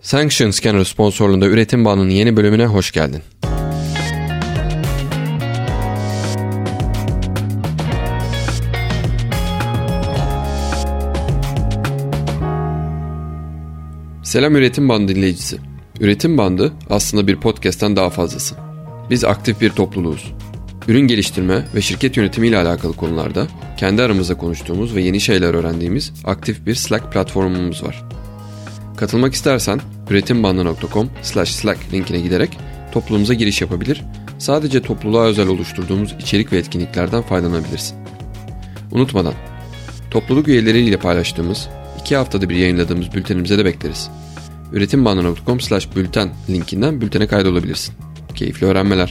Sanction Scanner sponsorluğunda Üretim Bandı'nın yeni bölümüne hoş geldin. Selam Üretim Bandı dinleyicisi. Üretim Bandı aslında bir podcast'ten daha fazlası. Biz aktif bir topluluğuz. Ürün geliştirme ve şirket yönetimi ile alakalı konularda kendi aramızda konuştuğumuz ve yeni şeyler öğrendiğimiz aktif bir Slack platformumuz var. Katılmak istersen üretimbandı.com/slack linkine giderek topluluğumuza giriş yapabilir, sadece topluluğa özel oluşturduğumuz içerik ve etkinliklerden faydalanabilirsin. Unutmadan, topluluk üyeleriyle paylaştığımız, 2 haftada bir yayınladığımız bültenimize de bekleriz. üretimbandı.com/bülten linkinden bültene kaydolabilirsin. Keyifli öğrenmeler.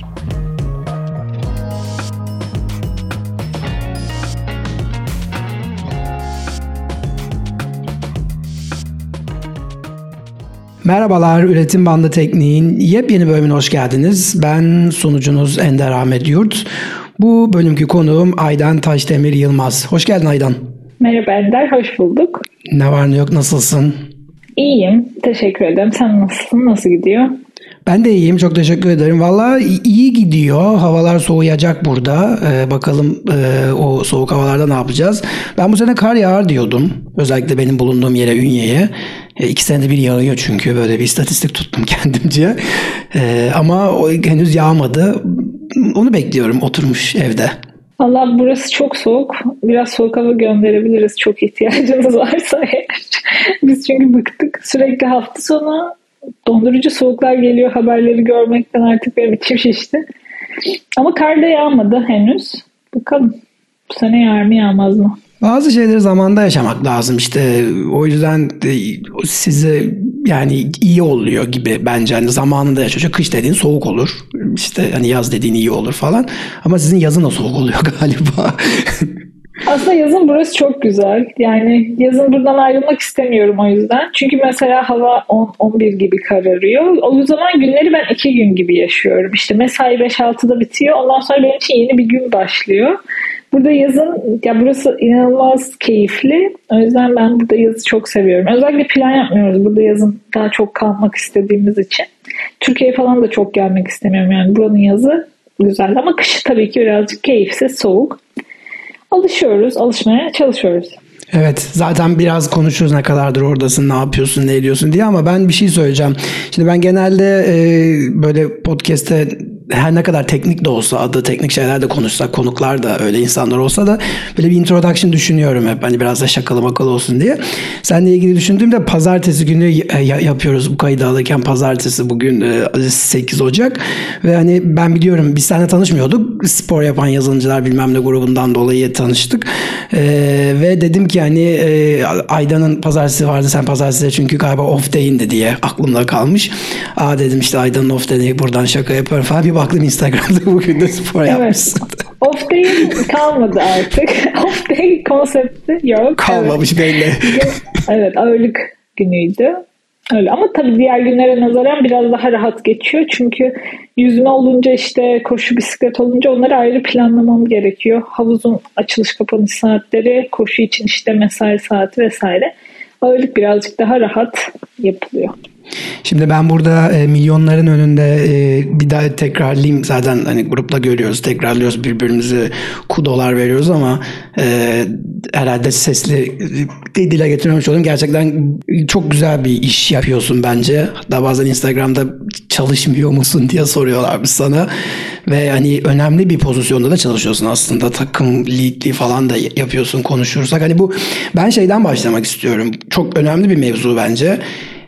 Merhabalar, Üretim Bandı Tekniğin yepyeni bölümüne hoş geldiniz. Ben sunucunuz Ender Ahmet Yurt. Bu bölümkü konuğum Aydan Taşdemir Yılmaz. Hoş geldin Aydan. Merhaba Ender, hoş bulduk. Ne var ne yok, nasılsın? İyiyim, teşekkür ederim. Sen nasılsın, nasıl gidiyor? Ben de iyiyim, çok teşekkür ederim. Vallahi iyi gidiyor. Havalar soğuyacak burada. Bakalım o soğuk havalarda ne yapacağız? Ben bu sene kar yağar diyordum. Özellikle benim bulunduğum yere, Ünye'ye. 2 senede bir yağıyor çünkü. Böyle bir istatistik tuttum kendimce. Ama o henüz yağmadı. Onu bekliyorum oturmuş evde. Valla burası çok soğuk. Biraz soğuk hava gönderebiliriz çok ihtiyacınız varsa eğer. Biz çünkü bıktık. Sürekli hafta sonu dondurucu soğuklar geliyor, haberleri görmekten artık benim içim şişti. Ama kar da yağmadı henüz. Bakalım bu sene yağar mı yağmaz mı? Bazı şeyleri zamanda yaşamak lazım işte. O yüzden size yani iyi oluyor gibi bence. Hani zamanında yaşıyor. Kış dediğin soğuk olur. İşte hani yaz dediğin iyi olur falan. Ama sizin yazın da soğuk oluyor galiba. Aslında yazın burası çok güzel. Yani yazın buradan ayrılmak istemiyorum o yüzden. Çünkü mesela hava 10-11 gibi kararıyor. O zaman günleri ben 2 gün gibi yaşıyorum. İşte mesai 5-6'da bitiyor. Ondan sonra benim için yeni bir gün başlıyor. Burada yazın, ya burası inanılmaz keyifli. O yüzden ben burada yazı çok seviyorum. Özellikle plan yapmıyoruz burada yazın daha çok kalmak istediğimiz için. Türkiye'ye falan da çok gelmek istemiyorum. Yani buranın yazı güzel ama kışı tabii ki birazcık keyifsiz, soğuk. Alışmaya çalışıyoruz. Evet, zaten biraz konuşuyoruz ne kadardır oradasın, ne yapıyorsun, ne ediyorsun diye, ama ben bir şey söyleyeceğim. Şimdi ben genelde böyle podcast'te her ne kadar teknik de olsa, adı teknik şeyler de konuşsak, konuklar da öyle insanlar olsa da böyle bir introduction düşünüyorum hep. Hani biraz da şakalı makalı olsun diye. Seninle ilgili düşündüğümde pazartesi günü yapıyoruz bu kaydı alırken. Pazartesi bugün 8 Ocak. Ve hani ben biliyorum biz seninle tanışmıyorduk. Spor yapan yazılımcılar bilmem ne grubundan dolayı tanıştık. Ve dedim ki hani Aydan'ın pazartesi vardı, sen pazartesi çünkü galiba off day'indi diye aklımda kalmış. Dedim işte Aydan'ın off day'i buradan şaka yapar falan. Bir baktım Instagram'da bugün de spor yapmışsın. Evet. Off day kalmadı artık. Off day konsepti yok. Kalmamış evet. Belli. Evet, ağırlık günüydü. Öyle. Ama tabii diğer günlere nazaran biraz daha rahat geçiyor. Çünkü yüzme olunca, işte koşu, bisiklet olunca onları ayrı planlamam gerekiyor. Havuzun açılış kapanış saatleri, koşu için işte mesai saati vesaire. Ağırlık birazcık daha rahat yapılıyor. Şimdi ben burada milyonların önünde bir daha tekrarlayayım. Zaten hani grupla görüyoruz, tekrarlıyoruz, birbirimize kudolar veriyoruz ama herhalde sesli dile getirmemiş olayım. Gerçekten çok güzel bir iş yapıyorsun bence. Hatta bazen Instagram'da çalışmıyor musun diye soruyorlarmış sana. Ve hani önemli bir pozisyonda da çalışıyorsun aslında. Takım leadliği falan da yapıyorsun konuşursak. Hani bu, ben şeyden başlamak istiyorum. Çok önemli bir mevzu bence.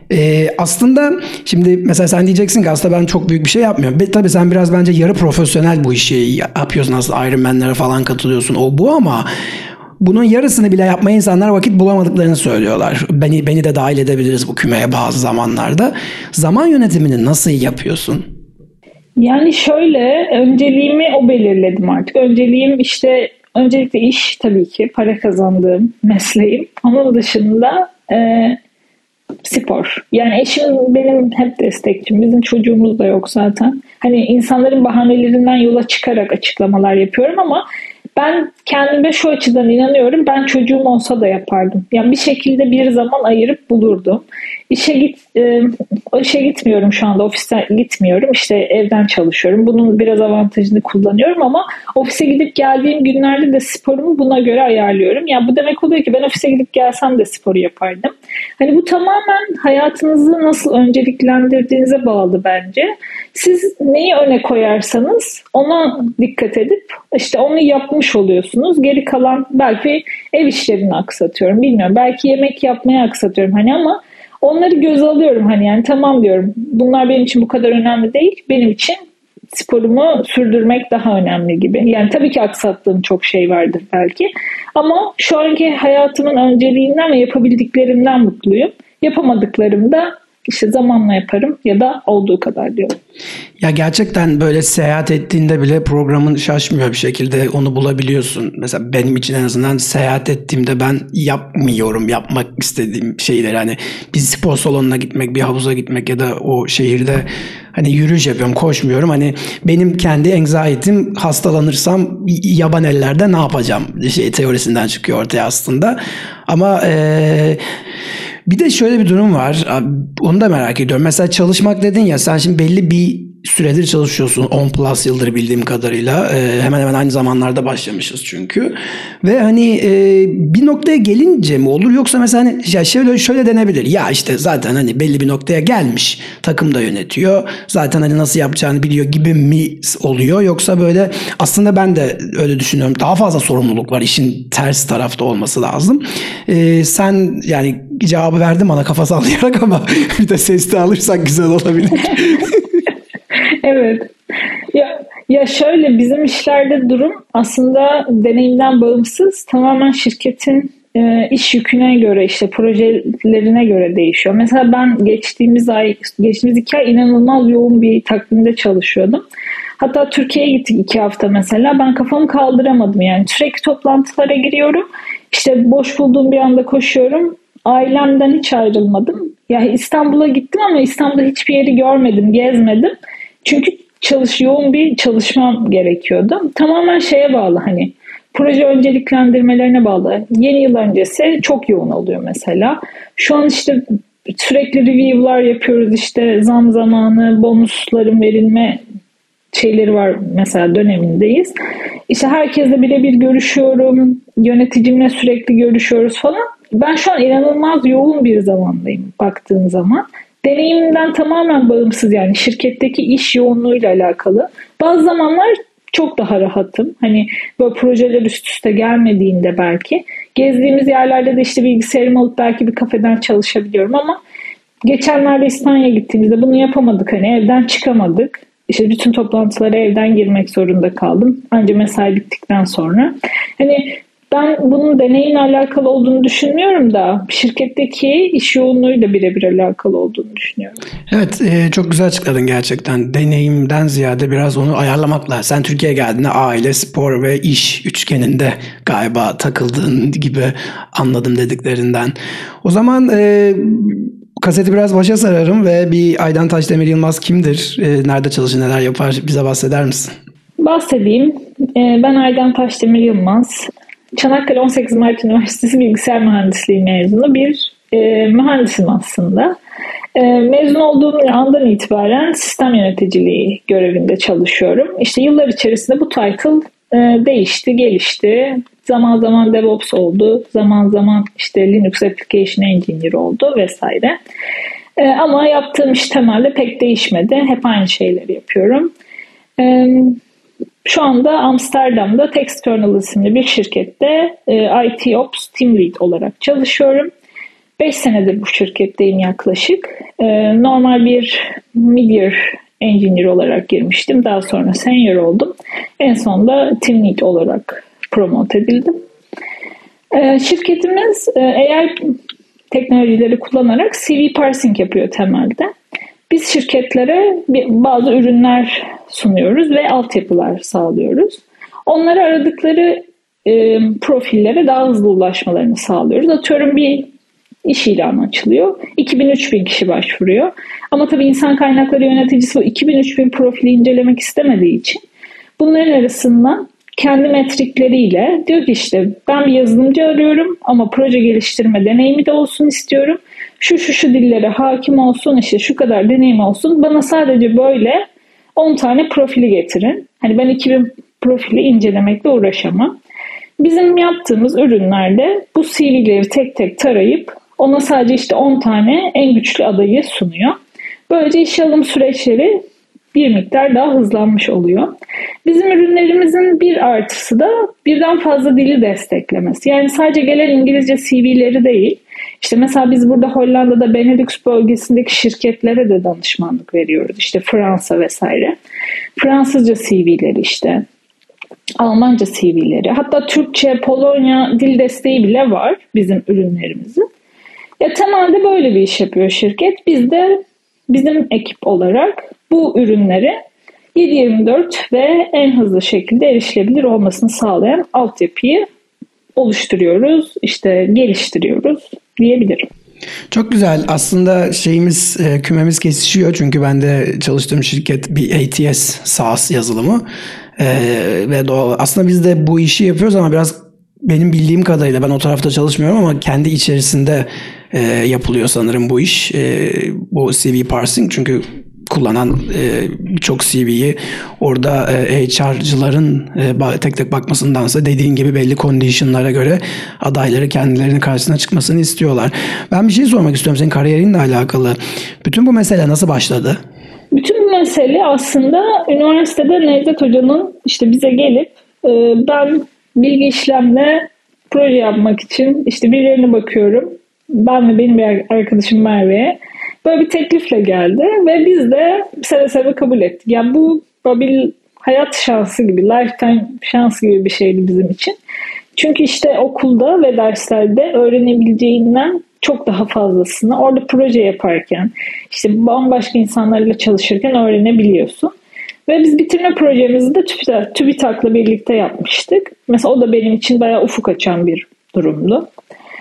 Aslında şimdi mesela sen diyeceksin ki aslında ben çok büyük bir şey yapmıyorum. Tabii sen biraz bence yarı profesyonel bu işi yapıyorsun, aslında Ironman'lere falan katılıyorsun, o bu, ama bunun yarısını bile yapmaya insanlar vakit bulamadıklarını söylüyorlar. Beni de dahil edebiliriz bu kümeye bazı zamanlarda. Zaman yönetimini nasıl yapıyorsun? Yani şöyle, önceliğimi o belirledim artık. Öncelikle iş, tabii ki para kazandığım mesleğim. Onun dışında spor. Yani eşim benim hep destekçim. Bizim çocuğumuz da yok zaten. Hani insanların bahanelerinden yola çıkarak açıklamalar yapıyorum ama ben kendime şu açıdan inanıyorum. Ben çocuğum olsa da yapardım. Yani bir şekilde bir zaman ayırıp bulurdum. İşe gitmiyorum şu anda. Ofiste gitmiyorum. İşte evden çalışıyorum. Bunun biraz avantajını kullanıyorum ama ofise gidip geldiğim günlerde de sporumu buna göre ayarlıyorum. Yani bu demek oluyor ki ben ofise gidip gelsem de sporu yapardım. Hani bu tamamen hayatınızı nasıl önceliklendirdiğinize bağlı bence. Siz neyi öne koyarsanız ona dikkat edip işte onu yapmış oluyorsunuz. Geri kalan belki ev işlerini aksatıyorum. Bilmiyorum. Belki yemek yapmayı aksatıyorum hani ama onları göze alıyorum hani yani tamam diyorum. Bunlar benim için bu kadar önemli değil. Benim için sporumu sürdürmek daha önemli gibi. Yani tabii ki aksattığım çok şey vardır belki. Ama şu anki hayatımın önceliğinden ve yapabildiklerimden mutluyum. Yapamadıklarım da işte zamanla yaparım ya da olduğu kadar diyorum. Ya gerçekten böyle seyahat ettiğinde bile programın şaşmıyor bir şekilde onu bulabiliyorsun. Mesela benim için en azından seyahat ettiğimde ben yapmak istediğim şeyler. Hani bir spor salonuna gitmek, bir havuza gitmek ya da o şehirde hani yürüyüş yapıyorum, koşmuyorum. Hani benim kendi anxiety'm hastalanırsam yaban ellerde ne yapacağım teorisinden çıkıyor ortaya aslında. Ama bir de şöyle bir durum var. Onu da merak ediyorum. Mesela çalışmak dedin ya, sen şimdi belli bir süredir çalışıyorsun. 10 plus yıldır bildiğim kadarıyla. Hemen hemen aynı zamanlarda başlamışız çünkü. Ve hani bir noktaya gelince mi olur, yoksa mesela hani ya şöyle denebilir. Ya işte zaten hani belli bir noktaya gelmiş. Takım da yönetiyor. Zaten hani nasıl yapacağını biliyor gibi mi oluyor? Yoksa böyle aslında ben de öyle düşünüyorum. Daha fazla sorumluluk var. İşin ters tarafta olması lazım. Sen yani cevabı verdin bana kafa sallayarak ama bir de sesli alırsak güzel olabilir. Evet. Ya şöyle bizim işlerde durum aslında deneyimden bağımsız, tamamen şirketin iş yüküne göre, işte projelerine göre değişiyor. Mesela ben geçtiğimiz 2 ay inanılmaz yoğun bir takvimde çalışıyordum. Hatta Türkiye'ye gittik 2 hafta mesela. Ben kafamı kaldıramadım yani. Sürekli toplantılara giriyorum. İşte boş bulduğum bir anda koşuyorum. Ailemden hiç ayrılmadım. Yani İstanbul'a gittim ama İstanbul'da hiçbir yeri görmedim, gezmedim. Çünkü yoğun bir çalışmam gerekiyordu. Tamamen şeye bağlı, hani proje önceliklendirmelerine bağlı. Yeni yıl öncesi çok yoğun oluyor mesela. Şu an işte sürekli review'lar yapıyoruz. İşte zam zamanı, bonusların verilme şeyleri var mesela, dönemindeyiz. İşte herkesle birebir görüşüyorum. Yöneticimle sürekli görüşüyoruz falan. Ben şu an inanılmaz yoğun bir zamandayım baktığın zaman. Deneyimimden tamamen bağımsız, yani şirketteki iş yoğunluğuyla alakalı. Bazı zamanlar çok daha rahatım. Hani böyle projeler üst üste gelmediğinde belki. Gezdiğimiz yerlerde de işte bilgisayarımı alıp belki bir kafeden çalışabiliyorum ama geçenlerde İspanya'ya gittiğimizde bunu yapamadık. Hani evden çıkamadık. İşte bütün toplantılara evden girmek zorunda kaldım. Ancak mesai bittikten sonra. Hani ben bunun deneyimle alakalı olduğunu düşünmüyorum da şirketteki iş yoğunluğuyla birebir alakalı olduğunu düşünüyorum. Evet, çok güzel açıkladın gerçekten. Deneyimden ziyade biraz onu ayarlamakla. Sen Türkiye'ye geldiğinde aile, spor ve iş üçgeninde galiba takıldığın gibi anladım dediklerinden. O zaman kaseti biraz başa sararım ve bir Aydan Taşdemir Yılmaz kimdir? Nerede çalışır, neler yapar? Bize bahseder misin? Bahsedeyim. Ben Aydan Taşdemir Yılmaz. Çanakkale 18 Mart Üniversitesi Bilgisayar Mühendisliği mezunu bir mühendisim aslında. Mezun olduğum andan itibaren sistem yöneticiliği görevinde çalışıyorum. İşte yıllar içerisinde bu title değişti, gelişti. Zaman zaman DevOps oldu, zaman zaman işte Linux Application Engineer oldu vesaire. Ama yaptığım iş temelde pek değişmedi. Hep aynı şeyleri yapıyorum. Şu anda Amsterdam'da Textkernel isimli bir şirkette IT Ops Team Lead olarak çalışıyorum. 5 senedir bu şirketteyim yaklaşık. Normal bir Mid-Year Engineer olarak girmiştim. Daha sonra Senior oldum. En son da Team Lead olarak promote edildim. Şirketimiz AI teknolojileri kullanarak CV parsing yapıyor temelde. Biz şirketlere bazı ürünler sunuyoruz ve altyapılar sağlıyoruz. Onlara aradıkları profillere daha hızlı ulaşmalarını sağlıyoruz. Atıyorum bir iş ilanı açılıyor. 2000-3000 kişi başvuruyor. Ama tabii insan kaynakları yöneticisi o 2000-3000 profili incelemek istemediği için bunların arasından kendi metrikleriyle diyor ki işte ben bir yazılımcı arıyorum ama proje geliştirme deneyimi de olsun istiyorum. Şu dillere hakim olsun, işte şu kadar deneyim olsun. Bana sadece böyle 10 tane profili getirin. Hani ben 2000 profili incelemekle uğraşamam. Bizim yaptığımız ürünlerde bu CV'leri tek tek tarayıp ona sadece işte 10 tane en güçlü adayı sunuyor. Böylece işe alım süreçleri bir miktar daha hızlanmış oluyor. Bizim ürünlerimizin bir artısı da birden fazla dili desteklemesi. Yani sadece gelen İngilizce CV'leri değil. İşte mesela biz burada Hollanda'da Benelux bölgesindeki şirketlere de danışmanlık veriyoruz. İşte Fransa vesaire. Fransızca CV'leri işte. Almanca CV'leri. Hatta Türkçe, Polonya dil desteği bile var bizim ürünlerimizin. Ya temelde böyle bir iş yapıyor şirket. Biz de bizim ekip olarak bu ürünleri 7/24 ve en hızlı şekilde erişilebilir olmasını sağlayan altyapıyı oluşturuyoruz, işte geliştiriyoruz diyebilirim. Çok güzel. Aslında kümemiz kesişiyor. Çünkü ben de çalıştığım şirket bir ATS SaaS yazılımı. Ve aslında biz de bu işi yapıyoruz ama biraz benim bildiğim kadarıyla ben o tarafta çalışmıyorum ama kendi içerisinde yapılıyor sanırım bu iş. Bu CV parsing çünkü kullanan birçok CV'yi orada HR'cıların tek tek bakmasındansa dediğin gibi belli condition'lara göre adayları kendilerinin karşısına çıkmasını istiyorlar. Ben bir şey sormak istiyorum senin kariyerinle alakalı. Bütün bu mesele nasıl başladı? Bütün bu mesele aslında üniversitede Nevzat Hoca'nın işte bize gelip ben bilgi işlemle proje yapmak için işte birilerine bakıyorum. Ben ve benim bir arkadaşım Merve'ye böyle bir teklifle geldi ve biz de seve seve kabul ettik. Yani bu bir hayat şansı gibi, lifetime şansı gibi bir şeydi bizim için. Çünkü işte okulda ve derslerde öğrenebileceğinden çok daha fazlasını orada proje yaparken, işte bambaşka insanlarla çalışırken öğrenebiliyorsun. Ve biz bitirme projemizi de TÜBİTAK'la birlikte yapmıştık. Mesela o da benim için bayağı ufuk açan bir durumdu.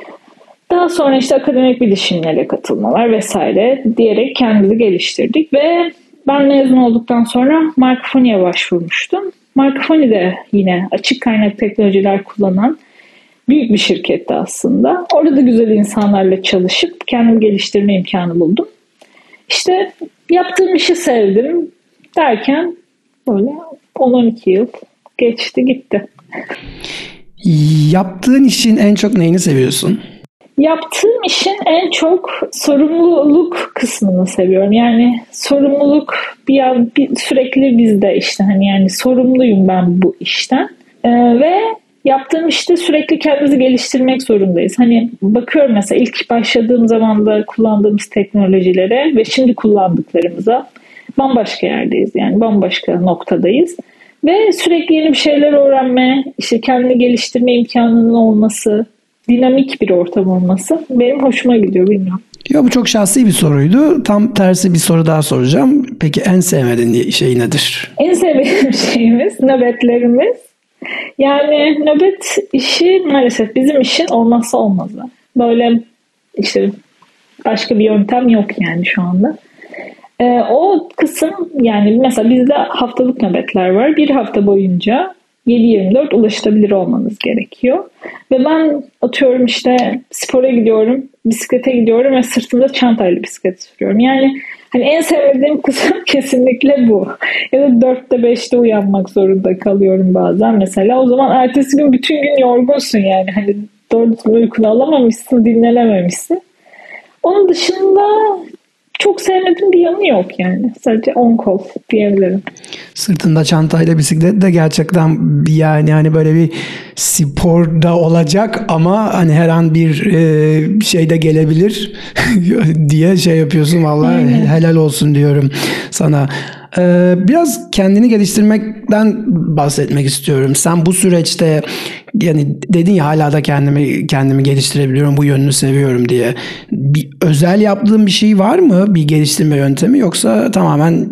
Daha sonra işte akademik bilişimlere katılmalar vesaire diyerek kendimizi geliştirdik ve ben mezun olduktan sonra Marcofoni'ye başvurmuştum. Marcofoni de yine açık kaynak teknolojiler kullanan büyük bir şirketti aslında. Orada da güzel insanlarla çalışıp kendimi geliştirme imkanı buldum. İşte yaptığım işi sevdim derken böyle 10-12 yıl geçti gitti. Yaptığın işin en çok neyini seviyorsun? Yaptığım işin en çok sorumluluk kısmını seviyorum. Yani sorumluluk sürekli bizde işte hani yani sorumluyum ben bu işten. Ve yaptığım işte sürekli kendimizi geliştirmek zorundayız. Hani bakıyorum mesela ilk başladığım zaman da kullandığımız teknolojilere ve şimdi kullandıklarımıza bambaşka yerdeyiz. Yani bambaşka noktadayız. Ve sürekli yeni bir şeyler öğrenme, işte kendini geliştirme imkanının olması, dinamik bir ortam olması benim hoşuma gidiyor, bilmiyorum. Ya bu çok şahsi bir soruydu. Tam tersi bir soru daha soracağım. Peki en sevmediğin şey nedir? En sevdiğim şeyimiz nöbetlerimiz. Yani nöbet işi maalesef bizim işin olmazsa olmazı. Böyle işte başka bir yöntem yok yani şu anda. O kısım yani mesela bizde haftalık nöbetler var. Bir hafta boyunca 7/24 ulaşılabilir olmanız gerekiyor. Ve ben atıyorum işte spora gidiyorum, bisiklete gidiyorum ve sırtımda çantayla bisiklet sürüyorum. Yani hani en sevdiğim kısım kesinlikle bu. Ya da 4'te 5'te uyanmak zorunda kalıyorum bazen mesela. O zaman ertesi gün bütün gün yorgunsun yani. Hani doğru düzgün uykunu alamamışsın, dinlenememişsin. Onun dışında çok sevmediğim bir yanı yok yani. Sadece on call diyebilirim. Sırtında çantayla bisiklet de gerçekten yani hani böyle bir sporda olacak ama hani her an bir şey de gelebilir diye şey yapıyorsun. Vallahi helal olsun diyorum sana. Biraz kendini geliştirmekten bahsetmek istiyorum. Sen bu süreçte yani dedin ya hala da kendimi geliştirebiliyorum, bu yönünü seviyorum diye. Bir özel yaptığın bir şey var mı? Bir geliştirme yöntemi yoksa tamamen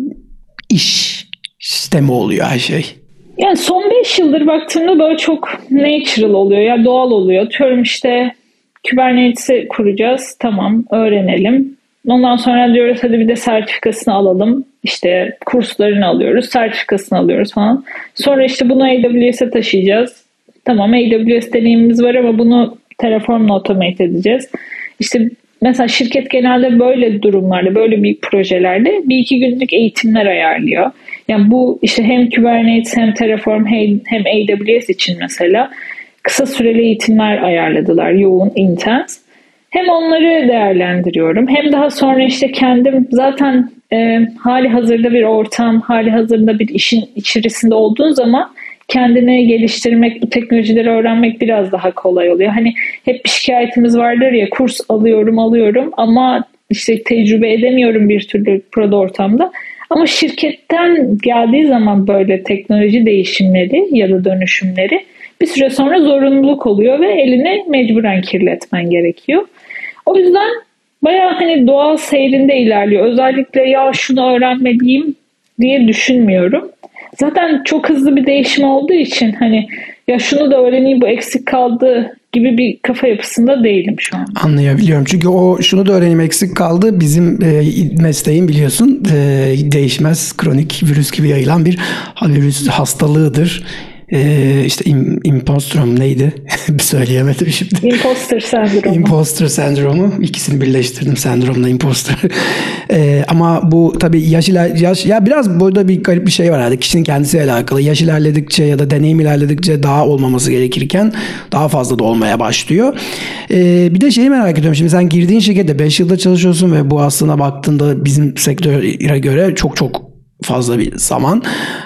işte mi oluyor her şey? Yani son 5 yıldır baktığımda böyle çok natural oluyor. Ya doğal oluyor. Atıyorum işte Kubernetes'i kuracağız. Tamam öğrenelim. Ondan sonra diyoruz hadi bir de sertifikasını alalım. İşte kurslarını alıyoruz, sertifikasını alıyoruz falan. Sonra işte bunu AWS'e taşıyacağız. Tamam, AWS deneyimimiz var ama bunu Terraform'la automate edeceğiz. İşte mesela şirket genelde böyle durumlarda, böyle büyük projelerde 1-2 günlük eğitimler ayarlıyor. Yani bu işte hem Kubernetes hem Terraform hem AWS için mesela kısa süreli eğitimler ayarladılar, yoğun, intense. Hem onları değerlendiriyorum hem daha sonra işte kendim zaten hali hazırda bir ortam, hali hazırda bir işin içerisinde olduğun zaman kendini geliştirmek, bu teknolojileri öğrenmek biraz daha kolay oluyor. Hani hep bir şikayetimiz vardır ya, kurs alıyorum ama işte tecrübe edemiyorum bir türlü prod ortamda. Ama şirketten geldiği zaman böyle teknoloji değişimleri ya da dönüşümleri bir süre sonra zorunluluk oluyor ve elini mecburen kirletmen gerekiyor. O yüzden bayağı hani doğal seyrinde ilerliyor. Özellikle ya şunu öğrenmeliyim diye düşünmüyorum. Zaten çok hızlı bir değişim olduğu için hani ya şunu da öğreneyim, bu eksik kaldı gibi bir kafa yapısında değilim şu an. Anlayabiliyorum. Çünkü o şunu da öğreneyim eksik kaldı. Bizim mesleğin biliyorsun değişmez, kronik virüs gibi yayılan bir virüs hastalığıdır. İşte imposter neydi? Söyleyemedim şimdi. Imposter sendromu. Imposter sendromu. İkisini birleştirdim, sendromla imposter. Ama bu tabii yaş ya biraz burada bir garip bir şey var herhalde. Kişinin kendisiyle alakalı. Yaş ilerledikçe ya da deneyim ilerledikçe daha olmaması gerekirken daha fazla da olmaya başlıyor. Bir de şeyi merak ediyorum. Şimdi sen girdiğin şirkette 5 yılda çalışıyorsun ve bu aslında baktığında bizim sektöre göre çok fazla bir zaman.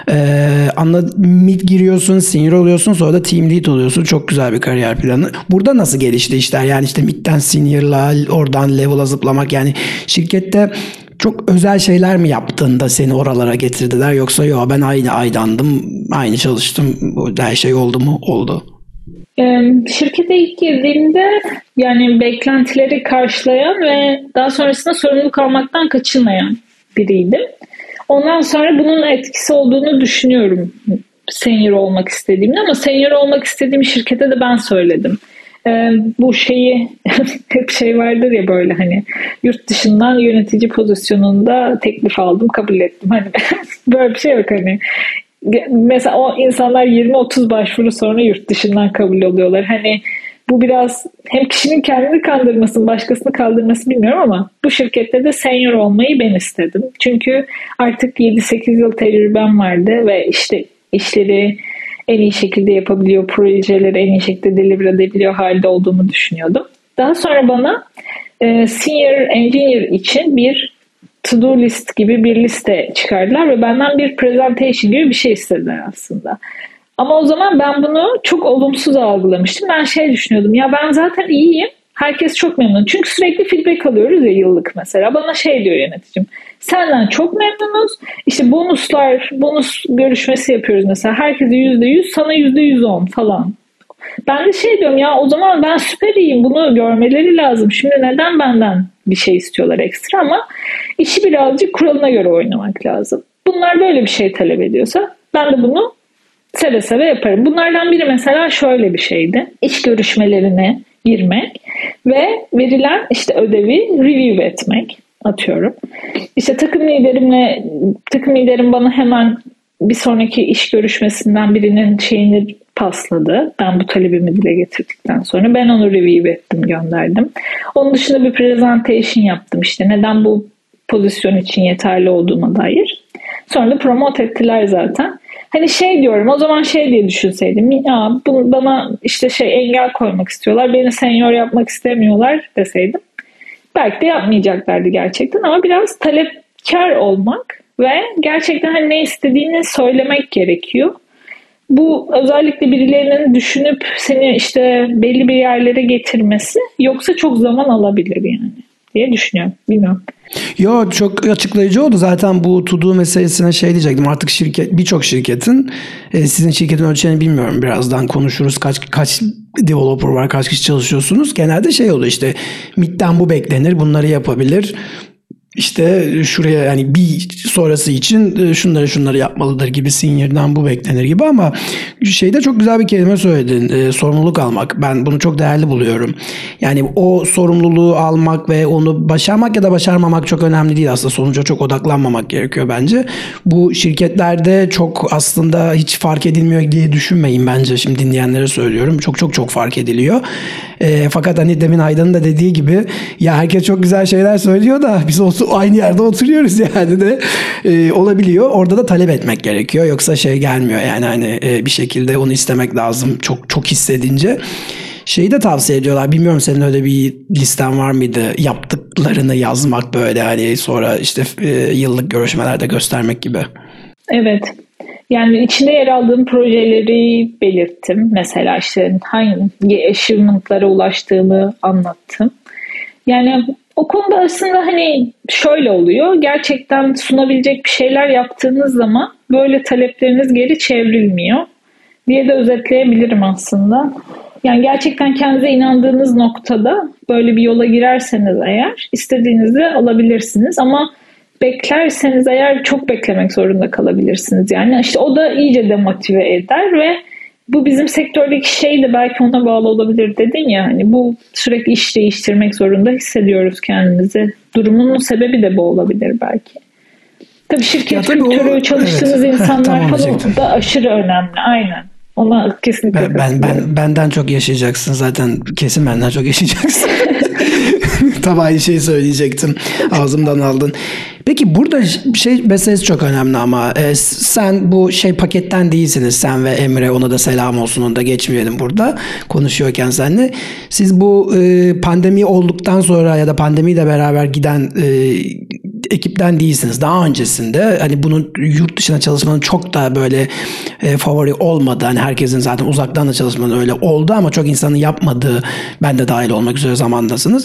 Mid giriyorsun, senior oluyorsun, sonra da team lead oluyorsun. Çok güzel bir kariyer planı. Burada nasıl gelişti işler? Yani işte mid'den senior'la oradan level'a zıplamak, yani şirkette çok özel şeyler mi yaptığında seni oralara getirdiler, yoksa yo ben aynı aydandım, aynı çalıştım, her şey oldu mu? Oldu. Şirkete ilk girdiğimde yani beklentileri karşılayan ve daha sonrasında sorumluluk almaktan kaçınmayan biriydim. Ondan sonra bunun etkisi olduğunu düşünüyorum senior olmak istediğimde, ama senior olmak istediğim şirkete de ben söyledim. Bu şeyi hep şey vardır ya, böyle hani yurt dışından yönetici pozisyonunda teklif aldım, kabul ettim. Hani böyle bir şey yok hani. Mesela o insanlar 20-30 başvuru sonra yurt dışından kabul oluyorlar. Hani bu biraz hem kişinin kendini kandırması, başkasını kandırması bilmiyorum, ama bu şirkette de senior olmayı ben istedim. Çünkü artık 7-8 yıl tecrübem vardı ve işte işleri en iyi şekilde yapabiliyor, projeleri en iyi şekilde deliver edebiliyor halde olduğumu düşünüyordum. Daha sonra bana senior engineer için bir to-do list gibi bir liste çıkardılar ve benden bir presentation gibi bir şey istediler aslında. Ama o zaman ben bunu çok olumsuz algılamıştım. Ben şey düşünüyordum, ya ben zaten iyiyim, herkes çok memnun. Çünkü sürekli feedback alıyoruz ya, yıllık mesela. Bana şey diyor yöneticim, senden çok memnunuz. İşte bonus görüşmesi yapıyoruz mesela. Herkese %100, sana %110 falan. Ben de şey diyorum, ya o zaman ben süper iyiyim, bunu görmeleri lazım. Şimdi neden benden bir şey istiyorlar ekstra? Ama işi birazcık kuralına göre oynamak lazım. Bunlar böyle bir şey talep ediyorsa ben de bunu seve seve yaparım. Bunlardan biri mesela şöyle bir şeydi. İş görüşmelerine girmek ve verilen işte ödevi review etmek, atıyorum. İşte takım liderim bana hemen bir sonraki iş görüşmesinden birinin şeyini pasladı. Ben bu talebimi dile getirdikten sonra ben onu review ettim, gönderdim. Onun dışında bir presentation yaptım, işte neden bu pozisyon için yeterli olduğuma dair. Sonra da promote ettiler zaten. Hani şey diyorum, o zaman şey diye düşünseydim, ya bana işte engel koymak istiyorlar, beni senior yapmak istemiyorlar deseydim belki de yapmayacaklardı gerçekten. Ama biraz talepkar olmak ve gerçekten hani ne istediğini söylemek gerekiyor. Bu özellikle birilerinin düşünüp seni işte belli bir yerlere getirmesi, yoksa çok zaman alabilir yani diye düşünüyorum. Bilmiyorum. Yo, çok açıklayıcı oldu. Zaten bu to-do meselesine şey diyecektim. Artık birçok şirketin, sizin şirketin ölçeğini bilmiyorum. Birazdan konuşuruz. Kaç developer var, kaç kişi çalışıyorsunuz. Genelde şey oluyor işte, mid'den bu beklenir, bunları yapabilir. İşte şuraya yani bir sonrası için şunları yapmalıdır gibi, senior'dan bu beklenir gibi, ama şeyde çok güzel bir kelime söyledin. Sorumluluk almak. Ben bunu çok değerli buluyorum. Yani o sorumluluğu almak ve onu başarmak ya da başarmamak çok önemli değil aslında. Sonuca çok odaklanmamak gerekiyor bence. Bu şirketlerde çok aslında hiç fark edilmiyor diye düşünmeyin bence. Şimdi dinleyenlere söylüyorum. Çok fark ediliyor. Fakat hani demin Aydan'ın da dediği gibi ya herkes çok güzel şeyler söylüyor da biz aynı yerde oturuyoruz yani de olabiliyor. Orada da talep etmek gerekiyor. Yoksa şey gelmiyor yani hani bir şekilde onu istemek lazım çok hissedince. Şeyi de tavsiye ediyorlar. Bilmiyorum senin öyle bir listen var mıydı? Yaptıklarını yazmak böyle hani sonra işte yıllık görüşmelerde göstermek gibi. Evet. Yani içinde yer aldığım projeleri belirttim. Mesela işte hangi achievement'lara ulaştığımı anlattım. Yani o konuda aslında hani şöyle oluyor. Gerçekten sunabilecek bir şeyler yaptığınız zaman böyle talepleriniz geri çevrilmiyor diye de özetleyebilirim aslında. Yani gerçekten kendinize inandığınız noktada böyle bir yola girerseniz eğer istediğinizi alabilirsiniz, ama beklerseniz eğer çok beklemek zorunda kalabilirsiniz. Yani işte o da iyice demotive eder ve bu bizim sektördeki şey de belki ona bağlı olabilir dedin ya, hani bu sürekli iş değiştirmek zorunda hissediyoruz kendimizi. Durumun sebebi de bu olabilir belki. Tabii şirket kültürü, çalıştığınız evet. insanlar falan da aşırı önemli. Aynen. Ona kesinlikle benden çok yaşayacaksın zaten, kesin benden çok yaşayacaksın. Tam aynı şeyi söyleyecektim. Ağzımdan aldın. Peki burada şey meselesi çok önemli ama sen bu şey paketten değilsiniz. Sen ve Emre, ona da selam olsun, onu da geçmeyelim burada konuşuyorken seninle. Siz bu pandemi olduktan sonra ya da pandemiyle beraber giden ekipten değilsiniz. Daha öncesinde hani bunun yurt dışına çalışmanın çok da böyle favori olmadı. Hani herkesin zaten uzaktan da çalışmanın öyle oldu ama çok insanın yapmadığı, ben de dahil olmak üzere zamandasınız.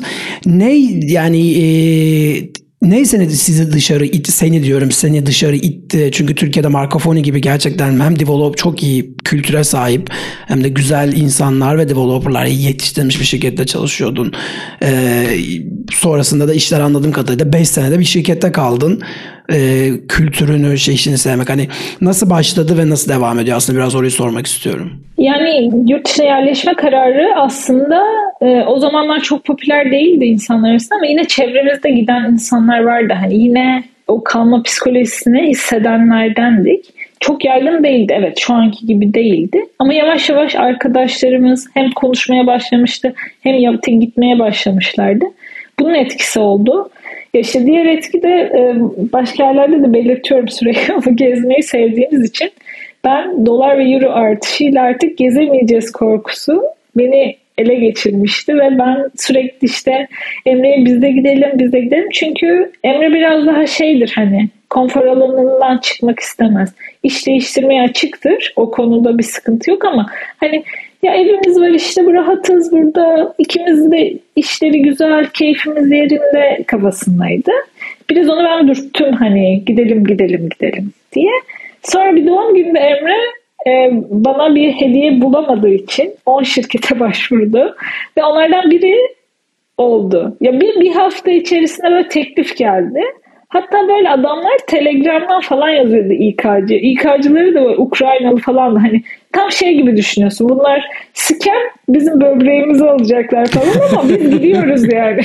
Neyse sizi dışarı itti, seni dışarı itti. Çünkü Türkiye'de Markafoni gibi gerçekten hem develop çok iyi kültüre sahip hem de güzel insanlar ve developerlar yetiştirmiş bir şirkette çalışıyordun. Sonrasında da işler anladığım kadarıyla 5 senede bir şirkette kaldın. Kültürünü, işini sevmek. Hani nasıl başladı ve nasıl devam ediyor? Aslında biraz orayı sormak istiyorum. Yani yurt dışına yerleşme kararı aslında o zamanlar çok popüler değildi insanlar arasında, ama yine çevremizde giden insanlar vardı. Hani yine o kalma psikolojisini hissedenlerdendik. Çok yaygın değildi. Evet, şu anki gibi değildi. Ama yavaş yavaş arkadaşlarımız hem konuşmaya başlamıştı hem gitmeye başlamışlardı. Bunun etkisi oldu. Ya işte diğer etki de başka yerlerde de belirtiyorum sürekli, ama gezmeyi sevdiğimiz için ben dolar ve euro artışıyla artık gezemeyeceğiz korkusu beni ele geçirmişti ve ben sürekli işte Emre'ye biz de gidelim. Çünkü Emre biraz daha şeydir, hani konfor alanından çıkmak istemez. İş değiştirmeye açıktır. O konuda bir sıkıntı yok, ama hani ya evimiz var işte, bu rahatız burada, ikimiz de işleri güzel, keyfimiz yerinde kafasındaydı. Biraz onu ben dürttüm, hani gidelim diye. Sonra bir doğum gününde Emre bana bir hediye bulamadığı için 10 şirkete başvurdu ve onlardan biri oldu. Ya bir hafta içerisinde böyle teklif geldi. Hatta böyle adamlar Telegram'dan falan yazıyordu İK'cı. İK'cıları da böyle Ukraynalı falan da, hani tam şey gibi düşünüyorsun. Bunlar scam, bizim böbreğimizi alacaklar falan, ama biz gidiyoruz yani.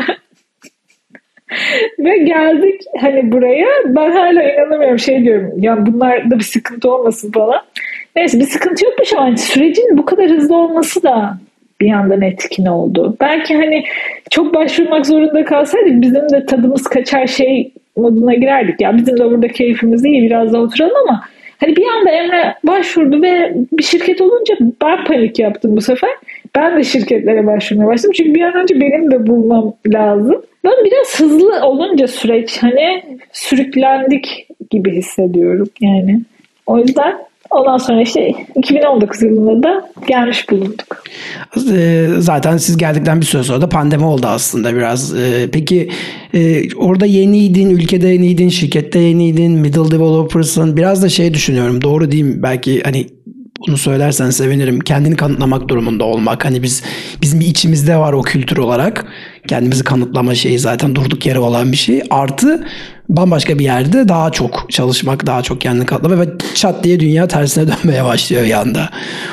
Ve geldik hani buraya. Ben hala inanamıyorum, şey diyorum ya, bunlarda bir sıkıntı olmasın falan. Neyse, bir sıkıntı yokmuş ama sürecin bu kadar hızlı olması da bir yandan etkin oldu. Belki hani çok başvurmak zorunda kalsaydık bizim de tadımız kaçar şey moduna girerdik. Ya bizim de burada keyfimiz iyi, biraz daha oturalım, ama hani bir anda Emre başvurdu ve bir şirket olunca ben panik yaptım bu sefer. Ben de şirketlere başvurmaya başladım. Çünkü bir an önce benim de bulmam lazım. Ben biraz hızlı olunca süreç, hani sürüklendik gibi hissediyorum yani. O yüzden ondan sonra işte 2019 yılında da gelmiş bulunduk. Zaten siz geldikten bir süre sonra da pandemi oldu aslında biraz. Peki orada yeniydin, ülkede yeniydin, şirkette yeniydin, middle developers'ın. Biraz da şey düşünüyorum, doğru değil mi? Belki hani bunu söylersen sevinirim. Kendini kanıtlamak durumunda olmak. Hani bizim bir içimizde var o kültür olarak. Kendimizi kanıtlama şeyi zaten durduk yere olan bir şey. Artı bambaşka bir yerde daha çok çalışmak, daha çok kendini kanıtlama ve çat diye dünya tersine dönmeye başlıyor bir anda.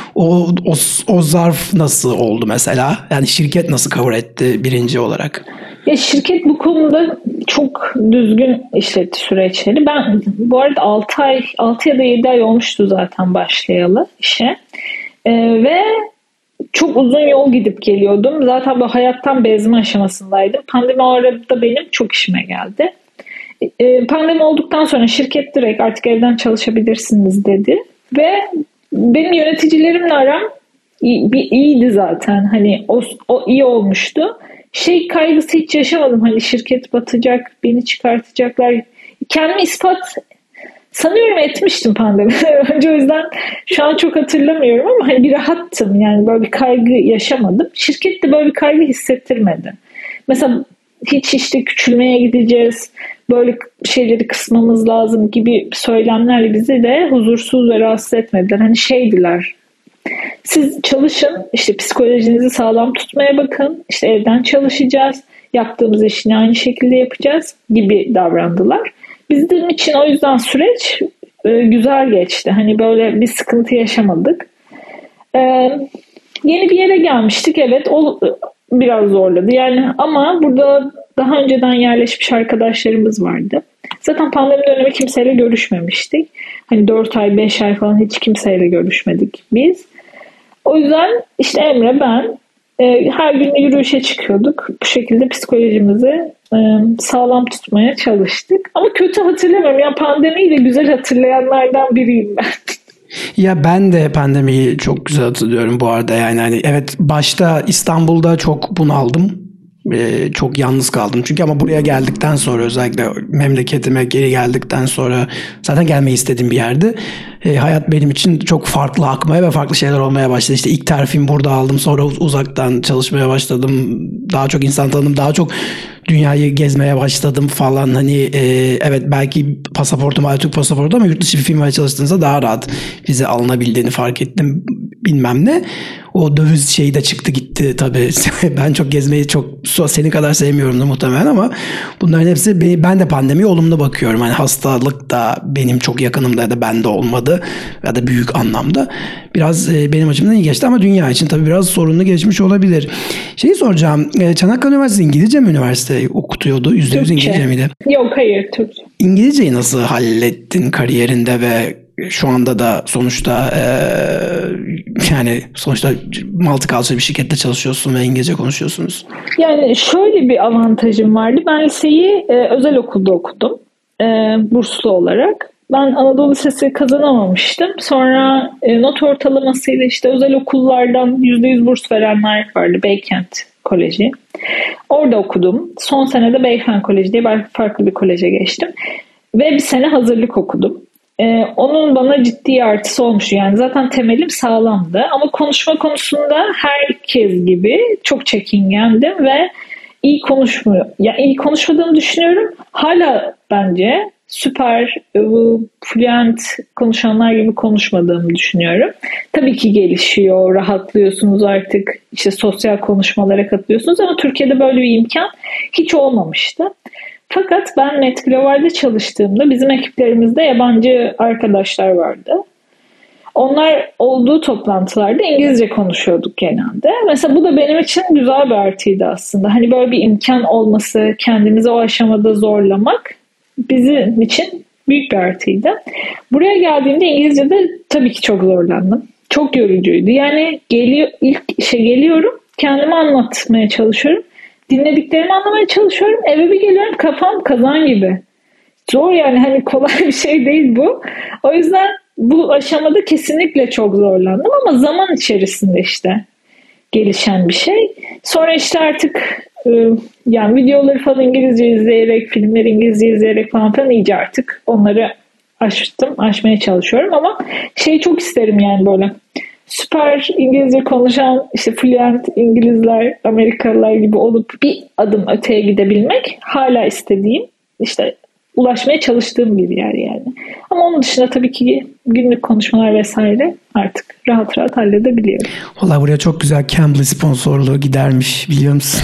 O zarf nasıl oldu mesela? Yani şirket nasıl cover etti birinci olarak? Ya şirket bu konuda çok düzgün işletti süreçleri. Ben bu arada 6 ya da 7 ay olmuştu zaten başlayalı işe. Ve çok uzun yol gidip geliyordum. Zaten bu hayattan bezme aşamasındaydım. Pandemi o arada benim çok işime geldi. Pandemi olduktan sonra şirket direkt artık evden çalışabilirsiniz dedi. Ve benim yöneticilerimle aram iyiydi zaten. Hani o iyi olmuştu. Kaygısı hiç yaşamadım. Hani şirket batacak, beni çıkartacaklar. Kendimi ispat sanıyorum etmiştim pandemiden önce, o yüzden şu an çok hatırlamıyorum ama hani bir rahattım. Yani böyle bir kaygı yaşamadım. Şirket de böyle bir kaygı hissettirmedi. Mesela hiç işte küçülmeye gideceğiz, böyle şeyleri kısmamız lazım gibi söylemlerle bizi de huzursuz ve rahatsız etmediler. Hani şeydiler, siz çalışın, işte psikolojinizi sağlam tutmaya bakın, işte evden çalışacağız, yaptığımız işini aynı şekilde yapacağız gibi davrandılar. Bizim için o yüzden süreç güzel geçti. Hani böyle bir sıkıntı yaşamadık. Yeni bir yere gelmiştik. Evet, o biraz zorladı. Yani ama burada daha önceden yerleşmiş arkadaşlarımız vardı. Zaten pandemi dönemi kimseyle görüşmemiştik. Hani 4 ay, 5 ay falan hiç kimseyle görüşmedik biz. O yüzden işte Emre, ben her gün yürüyüşe çıkıyorduk. Bu şekilde psikolojimizi sağlam tutmaya çalıştık. Ama kötü hatırlamıyorum. Yani pandemiyi de güzel hatırlayanlardan biriyim ben. Ya ben de pandemiyi çok güzel hatırlıyorum bu arada. Yani hani evet, başta İstanbul'da çok bunaldım. Çok yalnız kaldım. Çünkü ama buraya geldikten sonra, özellikle memleketime geri geldikten sonra, zaten gelmeyi istediğim bir yerdi. Hayat benim için çok farklı akmaya ve farklı şeyler olmaya başladı. İşte ilk terfimi burada aldım. Sonra uzaktan çalışmaya başladım. Daha çok insan tanıdım. Daha çok dünyayı gezmeye başladım falan. Hani evet, belki pasaportum Türk pasaportu ama yurt dışı bir firmaya çalıştığınızda daha rahat vize alınabildiğini fark ettim. Bilmem ne. O döviz şeyi de çıktı gitti tabii. Ben çok gezmeyi senin kadar sevmiyorum da muhtemelen ama bunların hepsi, ben de pandemiye olumlu bakıyorum. Hani hastalık da benim çok yakınımda ya da bende olmadı ya da büyük anlamda. Biraz benim açımdan iyi geçti ama dünya için tabii biraz sorunlu geçmiş olabilir. Şeyi soracağım. Çanakkale Üniversitesi İngilizce mi üniversite okutuyordu? %100 İngilizce miydi? Yok, hayır, Türkçe. İngilizceyi nasıl hallettin kariyerinde ve şu anda da sonuçta yani sonuçta multicultural bir şirkette çalışıyorsun ve İngilizce konuşuyorsunuz. Yani şöyle bir avantajım vardı. Ben liseyi özel okulda okudum. Burslu olarak. Ben Anadolu Lisesi kazanamamıştım. Sonra not ortalamasıyla işte özel okullardan %100 burs verenler vardı. Beykent Koleji. Orada okudum. Son sene de Beyfen Koleji diye farklı bir koleje geçtim. Ve bir sene hazırlık okudum. Onun bana ciddi artısı olmuş. Yani zaten temelim sağlamdı. Ama konuşma konusunda herkes gibi çok çekingendim ve iyi konuşmadığımı düşünüyorum. Hala bence süper fluent konuşanlar gibi konuşmadığımı düşünüyorum. Tabii ki gelişiyor, rahatlıyorsunuz artık, işte sosyal konuşmalara katılıyorsunuz ama Türkiye'de böyle bir imkan hiç olmamıştı. Fakat ben Net Global'de çalıştığımda bizim ekiplerimizde yabancı arkadaşlar vardı. Onlar olduğu toplantılarda İngilizce konuşuyorduk genelde. Mesela bu da benim için güzel bir artıydı aslında. Hani böyle bir imkan olması, kendimizi o aşamada zorlamak bizim için büyük bir artıydı. Buraya geldiğimde İngilizce'de tabii ki çok zorlandım. Çok yorucuydu. Yani geliyorum, kendimi anlatmaya çalışıyorum. Dinlediklerimi anlamaya çalışıyorum. Eve bir geliyorum, kafam kazan gibi. Zor yani, hani kolay bir şey değil bu. O yüzden bu aşamada kesinlikle çok zorlandım ama zaman içerisinde işte gelişen bir şey. Sonra işte artık yani videoları falan İngilizce izleyerek, filmleri İngilizce izleyerek falan iyice artık onları aşmaya çalışıyorum ama çok isterim yani, böyle süper İngilizce konuşan işte fluent İngilizler, Amerikalılar gibi olup bir adım öteye gidebilmek hala istediğim, işte ulaşmaya çalıştığım bir yer yani. Ama onun dışında tabii ki günlük konuşmalar vesaire artık rahat rahat halledebiliyorum. Vallahi buraya çok güzel Cambly sponsorluğu gidermiş, biliyor musun?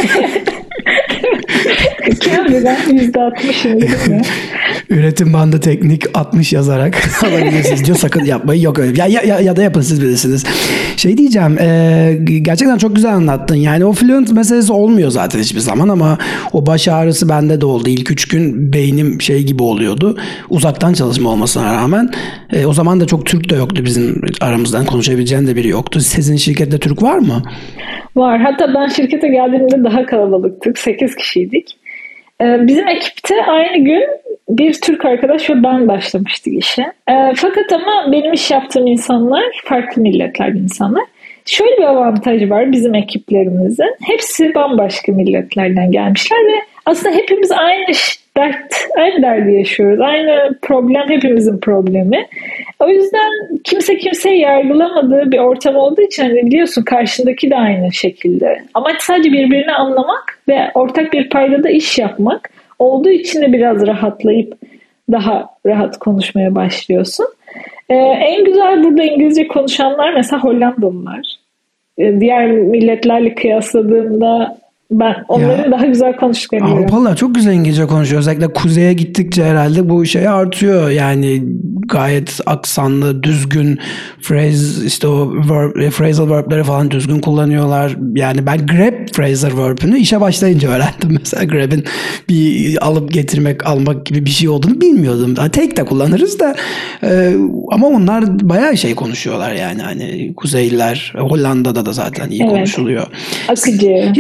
Cambly'den %60'ını değil mi? Üretim bandı teknik 60 yazarak alabilirsiniz diyor. Sakın yapmayın. Yok öyle. Ya da yapın, siz bilirsiniz. Şey diyeceğim. Gerçekten çok güzel anlattın. Yani o fluent meselesi olmuyor zaten hiçbir zaman ama o baş ağrısı bende de oldu. İlk 3 gün beynim şey gibi oluyordu. Uzaktan çalışma olmasına rağmen. O zaman da çok Türk de yoktu bizim aramızdan. Konuşabileceğin de biri yoktu. Sizin şirkette Türk var mı? Var. Hatta ben şirkete geldiğimde daha kalabalıktık. 8 kişiydik. Bizim ekipte aynı gün bir Türk arkadaş ve ben başlamıştık işe. Fakat ama benim iş yaptığım insanlar farklı milletlerden insanlar. Şöyle bir avantajı var bizim ekiplerimizin. Hepsi bambaşka milletlerden gelmişler ve aslında hepimiz aynı derdi yaşıyoruz. Aynı problem hepimizin problemi. O yüzden kimse kimseyi yargılamadığı bir ortam olduğu için hani biliyorsun karşındaki de aynı şekilde. Amaç sadece birbirini anlamak ve ortak bir paydada iş yapmak olduğu için de biraz rahatlayıp daha rahat konuşmaya başlıyorsun. En güzel burada İngilizce konuşanlar mesela Hollandalılar. Diğer milletlerle kıyasladığımda ben onların daha güzel konuştuklarını görüyorum. Avrupalılar çok güzel İngilizce konuşuyor. Özellikle kuzeye gittikçe herhalde bu şey artıyor. Yani gayet aksanlı, düzgün phrasal verb'leri falan düzgün kullanıyorlar. Yani ben grab phrasal verb'ünü işe başlayınca öğrendim. Mesela grab'in bir alıp getirmek, almak gibi bir şey olduğunu bilmiyordum. Tek de kullanırız da ama onlar bayağı şey konuşuyorlar yani. Hani Kuzeyliler, Hollanda'da da zaten iyi konuşuluyor. Akıcı.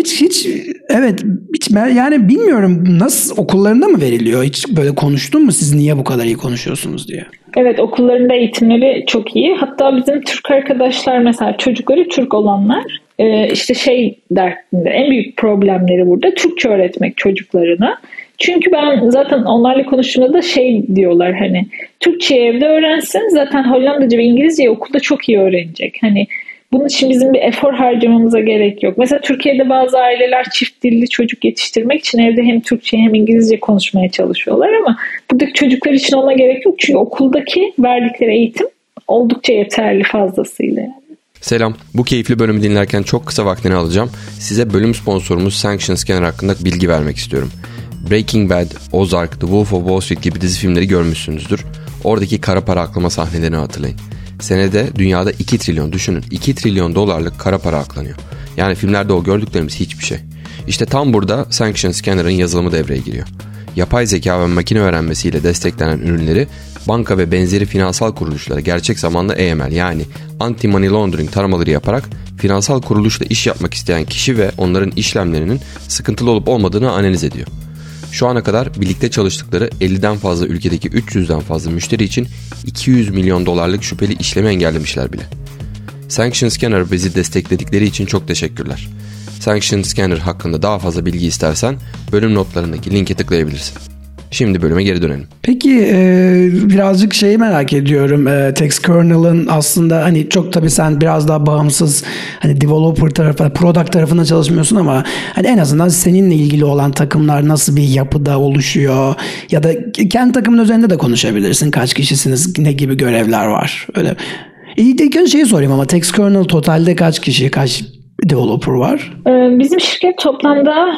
Hiç yani bilmiyorum, nasıl okullarında mı veriliyor? Hiç böyle konuştun mu siz niye bu kadar iyi konuşuyorsunuz diye? Evet, okullarında eğitimleri çok iyi. Hatta bizim Türk arkadaşlar mesela çocukları Türk olanlar işte derdinde en büyük problemleri burada Türkçe öğretmek çocuklarına. Çünkü ben zaten onlarla konuştuğumda da diyorlar hani Türkçeyi evde öğrensin, zaten Hollandaca ve İngilizceyi okulda çok iyi öğrenecek. Hani bunun için bizim bir efor harcamamıza gerek yok. Mesela Türkiye'de bazı aileler çift dilli çocuk yetiştirmek için evde hem Türkçe hem İngilizce konuşmaya çalışıyorlar ama buradaki çocuklar için ona gerek yok. Çünkü okuldaki verdikleri eğitim oldukça yeterli fazlasıyla. Yani. Selam. Bu keyifli bölümü dinlerken çok kısa vaktini alacağım. Size bölüm sponsorumuz Sanction Scanner hakkında bilgi vermek istiyorum. Breaking Bad, Ozark, The Wolf of Wall Street gibi dizi filmleri görmüşsünüzdür. Oradaki kara para aklama sahnelerini hatırlayın. Senede dünyada 2 trilyon, düşünün, 2 trilyon dolarlık kara para aklanıyor. Yani filmlerde o gördüklerimiz hiçbir şey. İşte tam burada Sanction Scanner'ın yazılımı devreye giriyor. Yapay zeka ve makine öğrenmesiyle desteklenen ürünleri banka ve benzeri finansal kuruluşlara gerçek zamanlı AML yani Anti-Money Laundering taramaları yaparak finansal kuruluşla iş yapmak isteyen kişi ve onların işlemlerinin sıkıntılı olup olmadığını analiz ediyor. Şu ana kadar birlikte çalıştıkları 50'den fazla ülkedeki 300'den fazla müşteri için 200 milyon dolarlık şüpheli işlemi engellemişler bile. Sanction Scanner bizi destekledikleri için çok teşekkürler. Sanction Scanner hakkında daha fazla bilgi istersen bölüm notlarındaki linke tıklayabilirsin. Şimdi bölüme geri dönelim. Peki birazcık şeyi merak ediyorum. Textkernel'ın aslında hani çok tabii sen biraz daha bağımsız hani developer tarafı, product tarafında çalışmıyorsun ama hani en azından seninle ilgili olan takımlar nasıl bir yapıda oluşuyor ya da kendi takımın üzerinde de konuşabilirsin. Kaç kişisiniz, ne gibi görevler var? Öyle. İlk önce şeyi sorayım ama Textkernel totalde kaç kişi, kaç developer var? Bizim şirket toplamda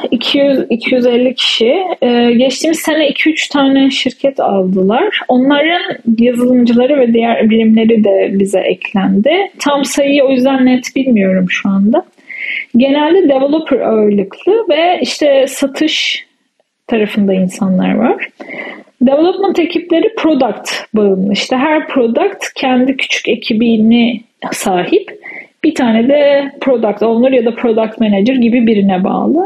200-250 kişi. Geçtiğimiz sene 2-3 tane şirket aldılar. Onların yazılımcıları ve diğer birimleri de bize eklendi. Tam sayıyı o yüzden net bilmiyorum şu anda. Genelde developer ağırlıklı ve işte satış tarafında insanlar var. Development ekipleri product bağımlı. İşte her product kendi küçük ekibini sahip. Bir tane de product owner ya da product manager gibi birine bağlı.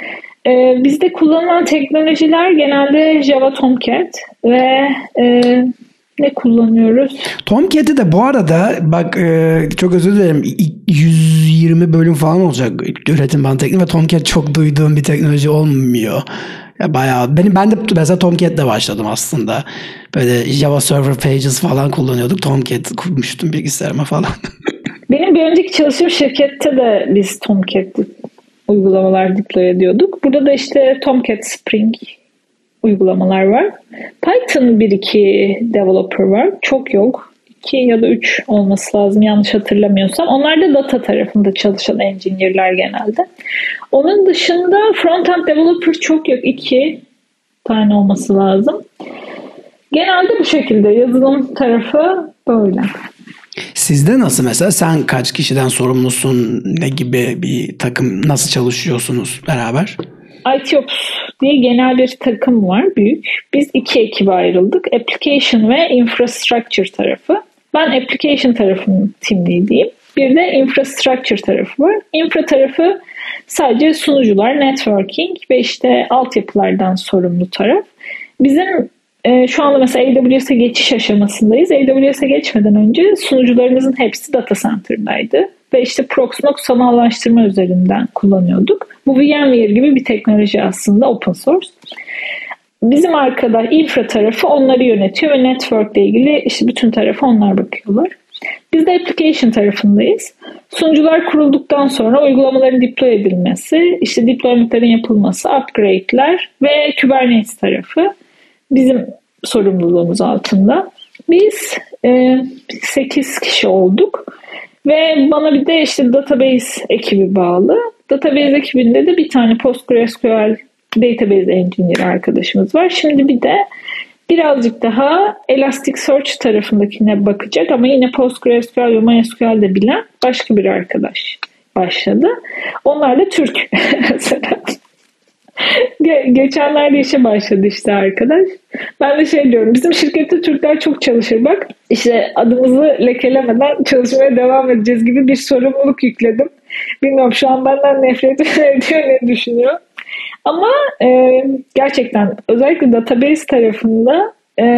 Bizde kullanılan teknolojiler genelde Java Tomcat ve ne kullanıyoruz? Tomcat'i de bu arada bak çok özür dilerim 120 bölüm falan olacak üretim bandı tekniği ve Tomcat çok duyduğum bir teknoloji olmuyor. Ya bayağı ben de mesela Tomcat'le başladım aslında. Böyle Java Server Pages falan kullanıyorduk. Tomcat kurmuştum bilgisayarıma falan. Benim bir önceki çalıştığım şirkette de biz Tomcat uygulamalar deploy ediyorduk. Burada da işte Tomcat Spring uygulamalar var. Python 1-2 developer var. Çok yok. 2 ya da 3 olması lazım yanlış hatırlamıyorsam. Onlar da data tarafında çalışan engineer'ler genelde. Onun dışında front-end developer çok yok. 2 tane olması lazım. Genelde bu şekilde. Yazılım tarafı böyle. Sizde nasıl mesela? Sen kaç kişiden sorumlusun? Ne gibi bir takım? Nasıl çalışıyorsunuz beraber? ITOps diye genel bir takım var büyük. Biz 2 ekibe ayrıldık. Application ve Infrastructure tarafı. Ben Application tarafının team lead'iyim. Bir de Infrastructure tarafı var. Infra tarafı sadece sunucular, networking ve işte altyapılardan sorumlu taraf. Bizim şu anda mesela AWS'e geçiş aşamasındayız. AWS'e geçmeden önce sunucularımızın hepsi data center'daydı. Ve işte Proxmox sanallaştırma üzerinden kullanıyorduk. Bu VMware gibi bir teknoloji aslında open source. Bizim arkadaş infra tarafı onları yönetiyor ve network ile ilgili işte bütün tarafı onlar bakıyorlar. Biz de application tarafındayız. Sunucular kurulduktan sonra uygulamaların deploy edilmesi, işte deployment'ların yapılması, upgrade'ler ve Kubernetes tarafı bizim sorumluluğumuz altında. Biz 8 kişi olduk ve bana bir de işte database ekibi bağlı. Database ekibinde de bir tane PostgreSQL database engineer arkadaşımız var. Şimdi bir de birazcık daha Elasticsearch tarafındakine bakacak ama yine PostgreSQL ve MySQL'de bilen başka bir arkadaş başladı. Onlar da Türk mesela. Geçenlerde işe başladı işte arkadaş. Ben de şey diyorum, bizim şirkette Türkler çok çalışır bak. İşte adımızı lekelemeden çalışmaya devam edeceğiz gibi bir sorumluluk yükledim. Bilmiyorum şu an benden nefret ediyor ne düşünüyor. Ama gerçekten özellikle database tarafında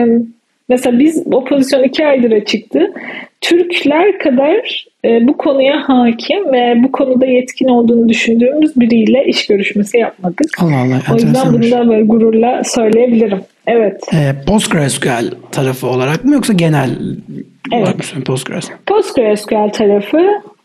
mesela biz o pozisyon 2 aydır açıktı. Türkler kadar bu konuya hakim ve bu konuda yetkin olduğunu düşündüğümüz biriyle iş görüşmesi yapmadık. Allah Allah. O yüzden bunu da böyle gururla söyleyebilirim. Evet. PostgreSQL tarafı olarak mı yoksa genel olarak mı Postgres? PostgreSQL tarafı,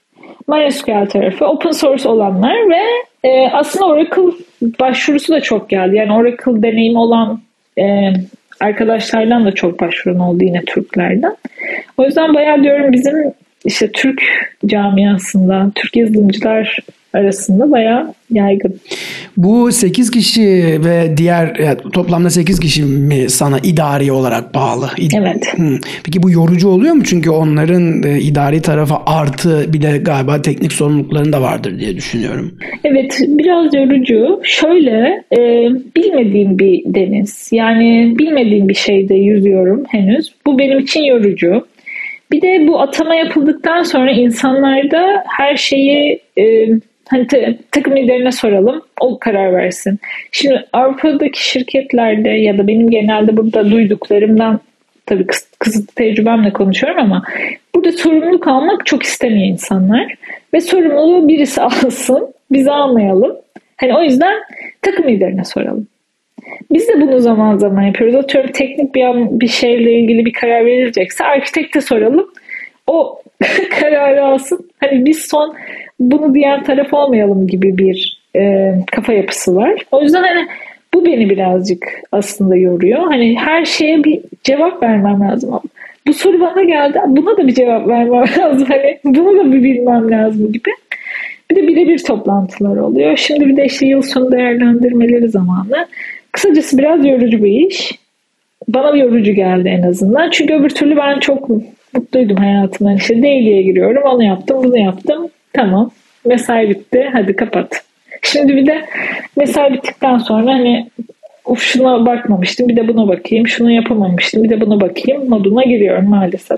MySQL tarafı, open source olanlar ve aslında Oracle başvurusu da çok geldi. Yani Oracle deneyimi olan arkadaşlardan da çok başvurun oldu yine Türklerden. O yüzden bayağı diyorum bizim işte Türk camiasında, Türk yazılımcılar arasında bayağı yaygın. Bu 8 kişi ve diğer yani toplamda 8 kişi mi sana idari olarak bağlı? Evet. Peki bu yorucu oluyor mu? Çünkü onların idari tarafı artı bir de galiba teknik sorumlulukların da vardır diye düşünüyorum. Evet, biraz yorucu. Şöyle bilmediğim bir deniz. Yani bilmediğim bir şeyde yüzüyorum henüz. Bu benim için yorucu. Bir de bu atama yapıldıktan sonra insanlarda her şeyi hani takım liderine soralım, o karar versin. Şimdi Avrupa'daki şirketlerde ya da benim genelde burada duyduklarımdan tabii kısıtlı tecrübemle konuşuyorum ama burada sorumluluk almak çok istemiyor insanlar ve sorumluluğu birisi alsın, biz almayalım. Hani o yüzden takım liderine soralım. Biz de bunu zaman zaman yapıyoruz. Atıyorum teknik bir şeyle ilgili bir karar verilecekse arkitekte soralım. O kararı alsın. Hani biz son bunu diyen taraf olmayalım gibi bir kafa yapısı var. O yüzden hani bu beni birazcık aslında yoruyor. Hani her şeye bir cevap vermem lazım. Bu soru bana geldi. Buna da bir cevap vermem lazım. Hani bunu da bir bilmem lazım gibi. Bir de birebir toplantılar oluyor. Şimdi bir de işte yıl sonu değerlendirmeleri zamanı. Kısacası biraz yorucu bir iş. Bana bir yorucu geldi en azından. Çünkü öbür türlü ben çok mutluydum hayatımdan. İşte daily'ye giriyorum. Onu yaptım, bunu yaptım. Tamam. Mesai bitti. Hadi kapat. Şimdi bir de mesai bittikten sonra hani şuna bakmamıştım. Bir de buna bakayım. Şunu yapamamıştım. Bir de buna bakayım. Moduna giriyorum maalesef.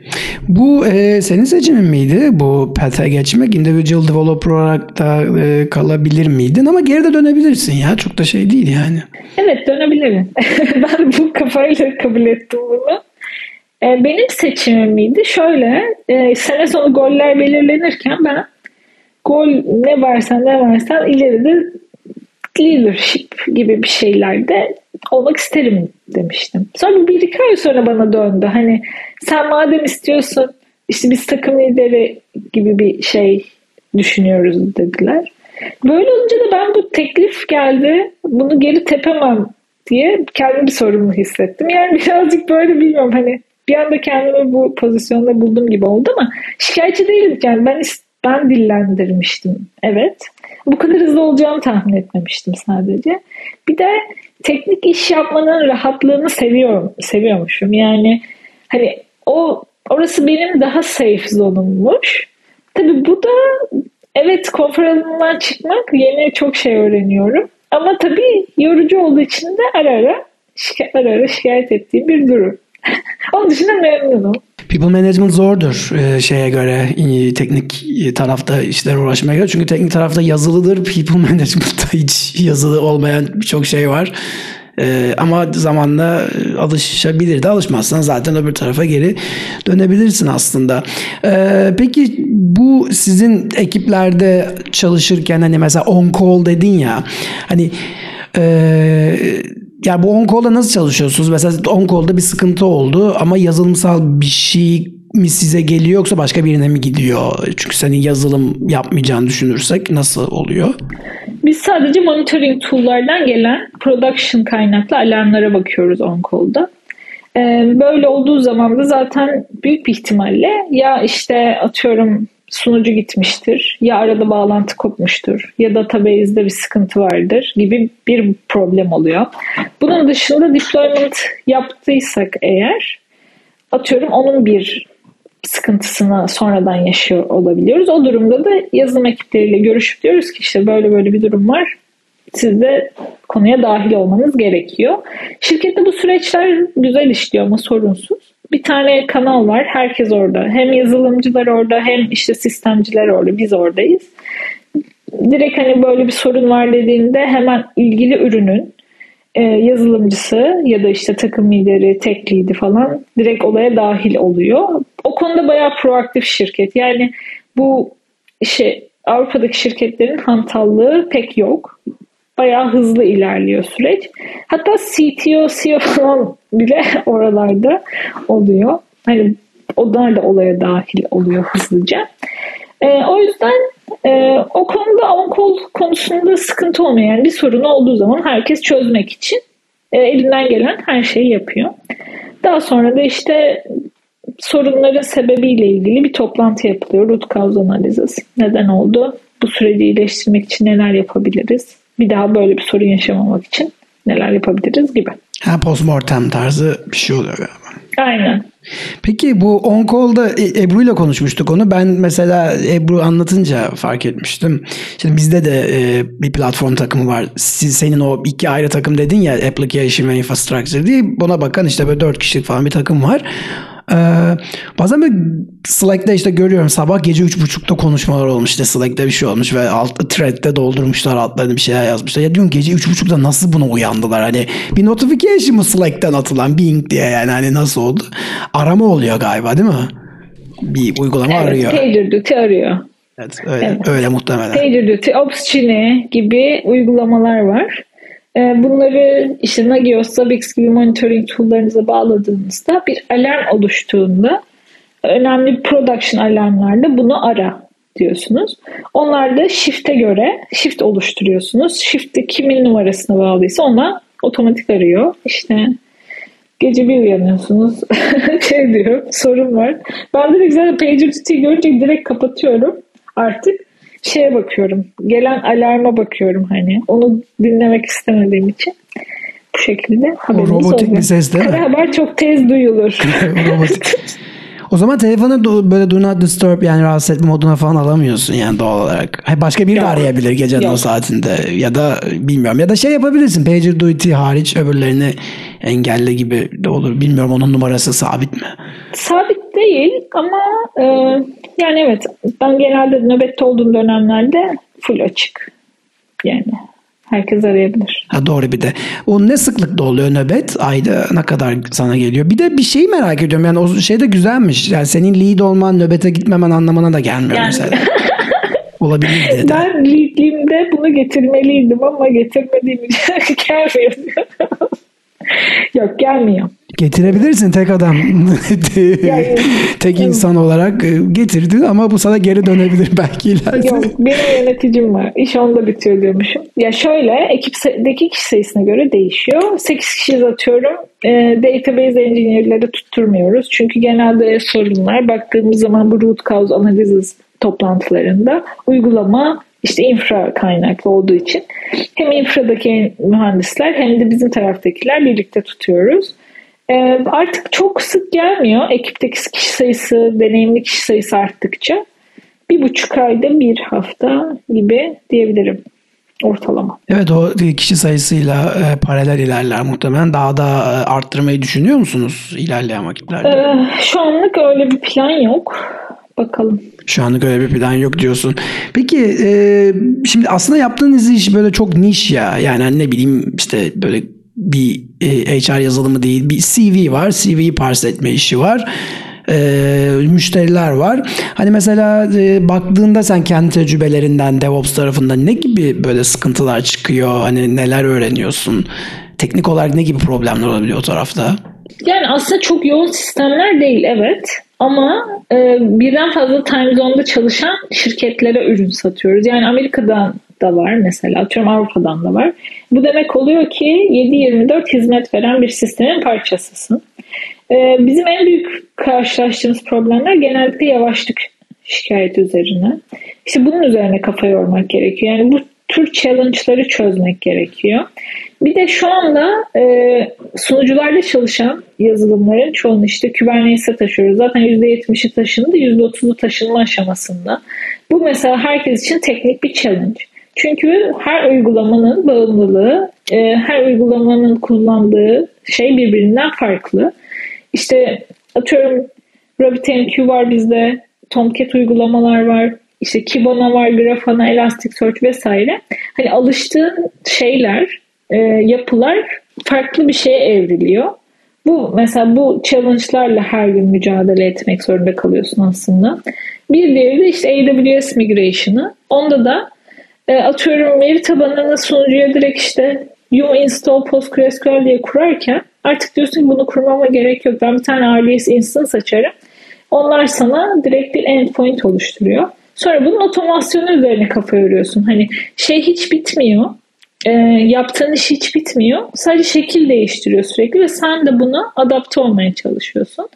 Bu senin seçimin miydi? Bu path'e geçmek, individual developer olarak da kalabilir miydin? Ama geri de dönebilirsin ya. Çok da şey değil yani. Evet dönebilirim. Ben bu kafayla kabul ettim bunu. Benim seçimim miydi? Şöyle sene sonu goller belirlenirken ben gol ne varsa ileride leadership gibi bir şeylerde olmak isterim demiştim. Sonra bir iki ay sonra bana döndü. Hani sen madem istiyorsun işte biz takım lideri gibi bir şey düşünüyoruz dediler. Böyle olunca da ben bu teklif geldi. Bunu geri tepemem diye kendimi sorumlu hissettim. Yani birazcık böyle bilmiyorum hani bir anda kendimi bu pozisyonda bulduğum gibi oldu ama şikayetçi değilim. Yani ben dillendirmiştim. Evet. Bu kadar hızlı olacağını tahmin etmemiştim sadece. Bir de teknik iş yapmanın rahatlığını seviyormuşum. Yani hani orası benim daha safe zonummuş. Tabii bu da evet konfor alanından çıkmak, yeni çok şey öğreniyorum. Ama tabii yorucu olduğu için de ara ara şikayet ettiğim bir durum. Onun dışında memnunum. People management zordur şeye göre, teknik tarafta işler uğraşmaya göre. Çünkü teknik tarafta yazılıdır. People management'ta hiç yazılı olmayan birçok şey var. Ama zamanla alışabilir de, alışmazsan zaten öbür tarafa geri dönebilirsin aslında. Peki bu sizin ekiplerde çalışırken hani mesela on call dedin ya, hani ya bu on call'da nasıl çalışıyorsunuz? Mesela on call'da bir sıkıntı oldu ama yazılımsal bir şey mi size geliyor yoksa başka birine mi gidiyor? Çünkü senin yazılım yapmayacağını düşünürsek nasıl oluyor? Biz sadece monitoring tool'lardan gelen production kaynaklı alarmlara bakıyoruz on call'da. Böyle olduğu zaman da zaten büyük bir ihtimalle ya işte atıyorum sunucu gitmiştir, ya arada bağlantı kopmuştur, ya database'de bir sıkıntı vardır gibi bir problem oluyor. Bunun dışında deployment yaptıysak eğer, atıyorum onun bir sıkıntısını sonradan yaşıyor olabiliyoruz. O durumda da yazılım ekipleriyle görüşüp diyoruz ki işte böyle böyle bir durum var. Siz de konuya dahil olmanız gerekiyor. Şirkette bu süreçler güzel işliyor ama sorunsuz. Bir tane kanal var. Herkes orada. Hem yazılımcılar orada hem işte sistemciler orada. Biz oradayız. Direkt hani böyle bir sorun var dediğinde hemen ilgili ürünün yazılımcısı ya da işte takım lideri, tek lead'i falan direkt olaya dahil oluyor. O konuda bayağı proaktif şirket. Yani bu Avrupa'daki şirketlerin hantallığı pek yok. Bayağı hızlı ilerliyor süreç. Hatta CTO, CEO falan bile oralarda oluyor. Hani onlar da olaya dahil oluyor hızlıca. O yüzden o konuda on-call konusunda sıkıntı olmayan bir sorun olduğu zaman herkes çözmek için elinden gelen her şeyi yapıyor. Daha sonra da işte sorunların sebebiyle ilgili bir toplantı yapılıyor. Root cause analizi. Neden oldu? Bu süreci iyileştirmek için neler yapabiliriz? Bir daha böyle bir sorun yaşamamak için neler yapabiliriz gibi. Postmortem tarzı bir şey oluyor galiba. Aynen. Peki bu on call'da Ebru ile konuşmuştuk onu. Ben mesela Ebru anlatınca fark etmiştim. Şimdi bizde de bir platform takımı var. Senin o iki ayrı takım dedin ya, application ve infrastructure diye. Buna bakan işte böyle 4 kişilik falan bir takım var. Bazen böyle Slack'ta işte görüyorum sabah gece 3.30'da konuşmalar olmuş, işte Slack'ta bir şey olmuş ve thread'de doldurmuşlar, altlarına bir şeyler yazmışlar. Ya diyorum gece 3.30'da nasıl buna uyandılar? Hani bir notification mı Slack'tan atılan Bing diye, yani hani nasıl oldu? Arama oluyor galiba değil mi? Bir uygulama arıyor. PagerDuty arıyor. Evet, öyle muhtemelen. PagerDuty, Opsgenie gibi uygulamalar var. Bunları işte Nagios, Zabbix gibi monitoring tool'larınıza bağladığınızda bir alarm oluştuğunda önemli production alarmlarda bunu ara diyorsunuz. Onlar da shift'e göre shift oluşturuyorsunuz. Shift'te kimin numarasına bağlıysa ona otomatik arıyor. İşte gece bir uyanıyorsunuz. Diyor, sorun var. Ben de güzel PagerDuty'yi görünce direkt kapatıyorum artık. Bakıyorum. Gelen alarma bakıyorum hani. Onu dinlemek istemediğim için. Bu şekilde haberiniz oluyor. Robotik bir ses değil mi? Kara haber çok tez duyulur. Robotik. O zaman telefonu böyle do not disturb, yani rahatsız etme moduna falan alamıyorsun yani doğal olarak. Başka biri de arayabilir gecenin o saatinde ya da bilmiyorum. Ya da yapabilirsin. PagerDuty hariç öbürlerini engelle gibi de olur. Bilmiyorum, onun numarası sabit mi? Sabit değil ama yani evet, ben genelde nöbette olduğum dönemlerde full açık. Yani herkes arayabilir. Doğru bir de. O ne sıklıkta oluyor nöbet? Ayda ne kadar sana geliyor? Bir de bir şeyi merak ediyorum. Yani o şey de güzelmiş. Yani senin lead olman nöbete gitmemen anlamına da gelmiyor mesela. Olabilir de. Ben leadliğimde bunu getirmeliydim ama getirmediğim için gelmiyor. Yok, gelmiyor. Getirebilirsin tek adam. Yani, tek insan olarak getirdin ama bu sana geri dönebilir belki ileride. Yok, benim yöneticim var. İş onda bitiyor diyormuşum. Ya şöyle, ekipteki kişi sayısına göre değişiyor. 8 kişi atıyorum. Database engineer'ları tutturmuyoruz. Çünkü genelde sorunlar baktığımız zaman bu root cause analysis toplantılarında uygulama işte infra kaynaklı olduğu için hem infradaki mühendisler hem de bizim taraftakiler birlikte tutuyoruz. Artık çok sık gelmiyor. Ekipteki kişi sayısı, deneyimli kişi sayısı arttıkça 1,5 ayda bir hafta gibi diyebilirim ortalama. Evet, o kişi sayısıyla paralel ilerler muhtemelen. Daha da arttırmayı düşünüyor musunuz ilerleyen vakitlerde? Şu anlık öyle bir plan yok. Bakalım. Şu anlık öyle bir plan yok diyorsun. Peki şimdi aslında yaptığınız iş böyle çok niş ya. Yani ne bileyim işte böyle bir HR yazılımı değil, bir CV var. CV'yi parse etme işi var. Müşteriler var. Hani mesela baktığında sen kendi tecrübelerinden DevOps tarafından ne gibi böyle sıkıntılar çıkıyor? Hani neler öğreniyorsun? Teknik olarak ne gibi problemler olabiliyor o tarafta? Yani aslında çok yoğun sistemler değil, evet. Ama birden fazla time zone'da çalışan şirketlere ürün satıyoruz. Yani Amerika'dan da var mesela, atıyorum Avrupa'dan da var. Bu demek oluyor ki 7/24 hizmet veren bir sistemin parçasısın. Bizim en büyük karşılaştığımız problemler genellikle yavaşlık şikayeti üzerine. İşte bunun üzerine kafa yormak gerekiyor. Yani bu tür challenge'ları çözmek gerekiyor. Bir de şu anda sunucularda çalışan yazılımların çoğunu işte Kubernetes'e taşıyoruz. Zaten %70'i taşındı, %30'u taşınma aşamasında. Bu mesela herkes için teknik bir challenge. Çünkü her uygulamanın bağımlılığı, her uygulamanın kullandığı şey birbirinden farklı. İşte atıyorum RabbitMQ var bizde, Tomcat uygulamalar var, işte Kibana var, Grafana, Elasticsearch vesaire. Hani alıştığın şeyler, yapılar farklı bir şeye evriliyor. Bu mesela bu challenge'larla her gün mücadele etmek zorunda kalıyorsun aslında. Bir diğeri de işte AWS migration'ı. Onda da atıyorum veri tabanını sunucuya direkt işte you install PostgreSQL diye kurarken artık diyorsun ki bunu kurmama gerek yok. Ben bir tane RDS instance açarım. Onlar sana direkt bir endpoint oluşturuyor. Sonra bunun otomasyonu üzerine kafa yoruyorsun. Hani şey hiç bitmiyor. Yaptığın iş hiç bitmiyor. Sadece şekil değiştiriyor sürekli ve sen de buna adapte olmaya çalışıyorsun.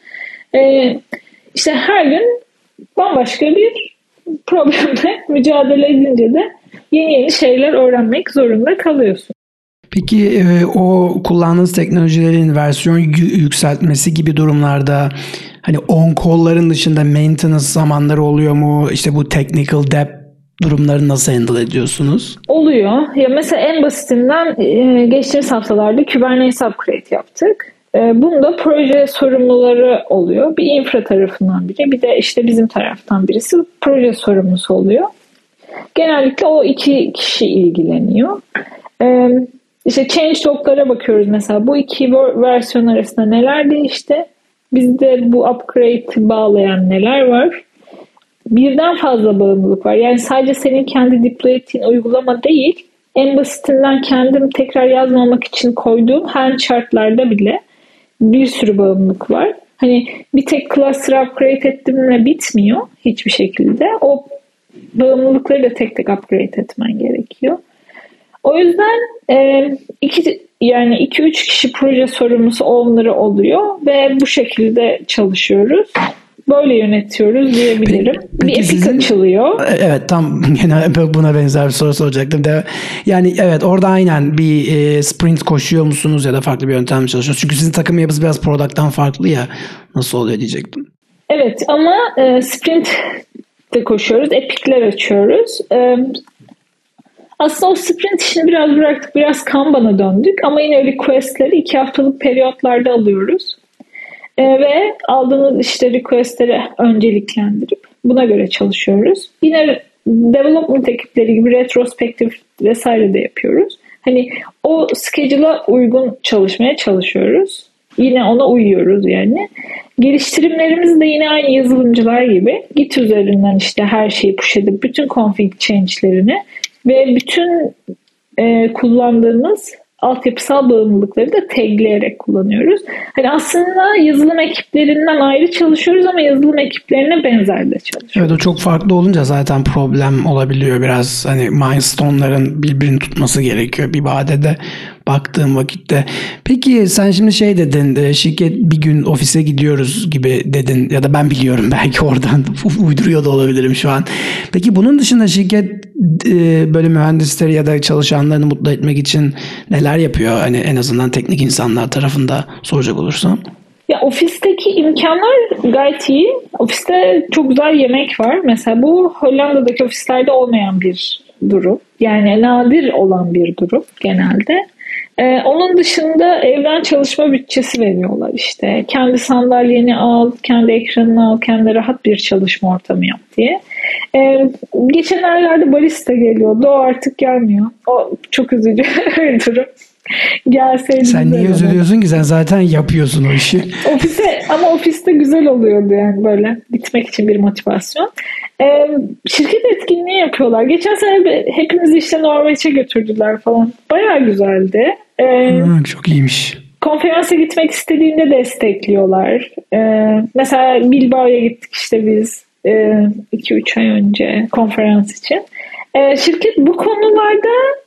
İşte her gün bambaşka bir problemle mücadele edince de yeni şeyler öğrenmek zorunda kalıyorsun. Peki o kullandığınız teknolojilerin versiyon yükseltmesi gibi durumlarda hani on-call'ların dışında maintenance zamanları oluyor mu? İşte bu technical debt durumları nasıl handle ediyorsunuz? Oluyor. Ya mesela en basitinden geçtiğimiz haftalarda Kubernetes upgrade yaptık. Bunda proje sorumluları oluyor. Bir infra tarafından biri, bir de işte bizim taraftan birisi proje sorumlusu oluyor. Genellikle o iki kişi ilgileniyor. İşte change log'lara bakıyoruz mesela. Bu iki versiyon arasında neler değişti? Bizde bu upgrade'i bağlayan neler var? Birden fazla bağımlılık var. Yani sadece senin kendi deploy ettiğin uygulama değil, en basitinden kendim tekrar yazmamak için koyduğum hand chart'larda bile bir sürü bağımlılık var. Hani bir tek cluster upgrade ettiğimle bitmiyor hiçbir şekilde. O bağımlılıkları da tek tek upgrade etmen gerekiyor. O yüzden 2-3 kişi proje sorumlusu owner'ı oluyor ve bu şekilde çalışıyoruz. Böyle yönetiyoruz diyebilirim. Peki bir Epic açılıyor. Evet, tam yine buna benzer bir soru soracaktım. Yani evet, orada aynen bir sprint koşuyor musunuz ya da farklı bir yöntemle çalışıyorsunuz? Çünkü sizin takım yapısı biraz product'tan farklı ya. Nasıl oluyor diyecektim. Evet ama sprint de koşuyoruz. Epic'ler açıyoruz. Aslında o sprint işini biraz bıraktık. Biraz Kanban'a döndük. Ama yine request'leri 2 haftalık periyotlarda alıyoruz. Ve aldığımız işte request'leri önceliklendirip buna göre çalışıyoruz. Yine development ekipleri gibi retrospektif vesaire de yapıyoruz. Hani o schedule'a uygun çalışmaya çalışıyoruz. Yine ona uyuyoruz yani. Geliştirimlerimiz de yine aynı yazılımcılar gibi Git üzerinden işte her şeyi push edip bütün config change'lerini ve bütün kullandığımız altyapısal bağımlılıkları da tagleyerek kullanıyoruz. Hani aslında yazılım ekiplerinden ayrı çalışıyoruz ama yazılım ekiplerine benzer de çalışıyoruz. Evet, o çok farklı olunca zaten problem olabiliyor biraz. Hani milestone'ların birbirini tutması gerekiyor bir vadede baktığım vakitte. Peki sen şimdi şey dedin, şirket bir gün ofise gidiyoruz gibi dedin ya da ben biliyorum, belki oradan uyduruyor da olabilirim şu an. Peki bunun dışında şirket böyle mühendisleri ya da çalışanlarını mutlu etmek için neler yapıyor? Hani en azından teknik insanlar tarafında soracak olursam. Ya ofisteki imkanlar gayet iyi. Ofiste çok güzel yemek var. Mesela bu Hollanda'daki ofislerde olmayan bir durum. Yani nadir olan bir durum genelde. Onun dışında evden çalışma bütçesi veriyorlar işte. Kendi sandalyeni al, kendi ekranını al, kendi rahat bir çalışma ortamı yap diye. Geçen aylarda barista geliyordu. O artık gelmiyor. O çok üzücü bir durum. Gelseydi. Sen niye üzülüyorsun ki? Sen zaten yapıyorsun o işi. Ofiste güzel oluyordu yani, böyle gitmek için bir motivasyon. Şirket etkinliği yapıyorlar. Geçen sene hepimizi işte Norveç'e götürdüler falan. Bayağı güzeldi. Çok iyiymiş. Konferansa gitmek istediğinde destekliyorlar. Mesela Bilbao'ya gittik işte biz 2-3 ay önce konferans için. Şirket bu konularda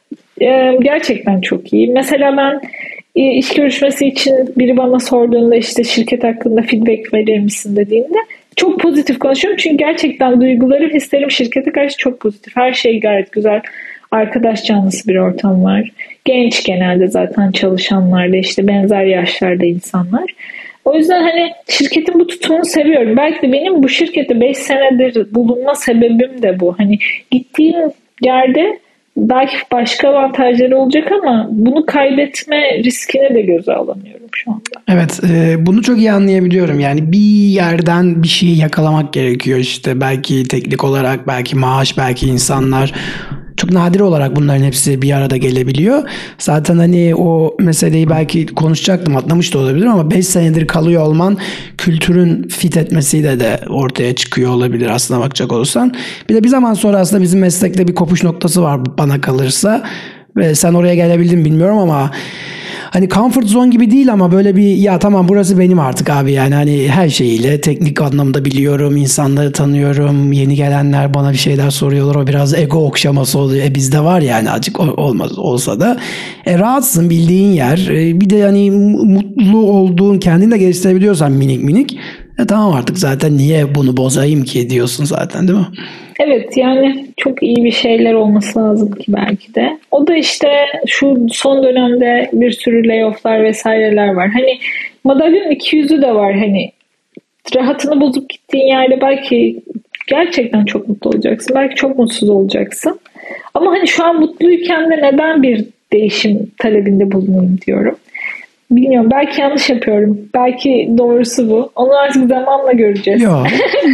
gerçekten çok iyi. Mesela ben iş görüşmesi için biri bana sorduğunda işte şirket hakkında feedback verir misin dediğinde çok pozitif konuşuyorum. Çünkü gerçekten duygularım, hislerim şirkete karşı çok pozitif. Her şey gayet güzel. Arkadaş canlısı bir ortam var. Genç genelde zaten çalışanlarda, işte benzer yaşlarda insanlar. O yüzden hani şirketin bu tutumunu seviyorum. Belki de benim bu şirkette 5 senedir bulunma sebebim de bu. Hani gittiğim yerde belki başka avantajları olacak ama bunu kaybetme riskini de göze alamıyorum şu anda. Evet, bunu çok iyi anlayabiliyorum. Yani bir yerden bir şeyi yakalamak gerekiyor işte. Belki teknik olarak, belki maaş, belki insanlar. Çok nadir olarak bunların hepsi bir arada gelebiliyor. Zaten hani o meseleyi belki konuşacaktım, atlamış da olabilirim ama 5 senedir kalıyor olman kültürün fit etmesiyle de ortaya çıkıyor olabilir aslına bakacak olursan. Bir de bir zaman sonra aslında bizim meslekte bir kopuş noktası var bana kalırsa. Ve sen oraya gelebildin bilmiyorum ama hani comfort zone gibi değil ama böyle bir ya tamam burası benim artık abi, yani hani her şeyiyle teknik anlamda biliyorum, insanları tanıyorum, yeni gelenler bana bir şeyler soruyorlar, o biraz ego okşaması oluyor. Bizde var yani, azıcık olmaz olsa da rahatsın, bildiğin yer, bir de hani mutlu olduğun, kendini de geliştirebiliyorsan minik minik, tamam artık zaten niye bunu bozayım ki diyorsun zaten, değil mi? Evet, yani çok iyi bir şeyler olması lazım ki belki de. O da işte şu son dönemde bir sürü layoff'lar vesaireler var. Hani madalyonun iki yüzü de var. Hani rahatını bozup gittiğin yerde belki gerçekten çok mutlu olacaksın. Belki çok mutsuz olacaksın. Ama hani şu an mutluyken de neden bir değişim talebinde bulunayım diyorum. Bilmiyorum, belki yanlış yapıyorum. Belki doğrusu bu. Onu artık zamanla göreceğiz. Yok.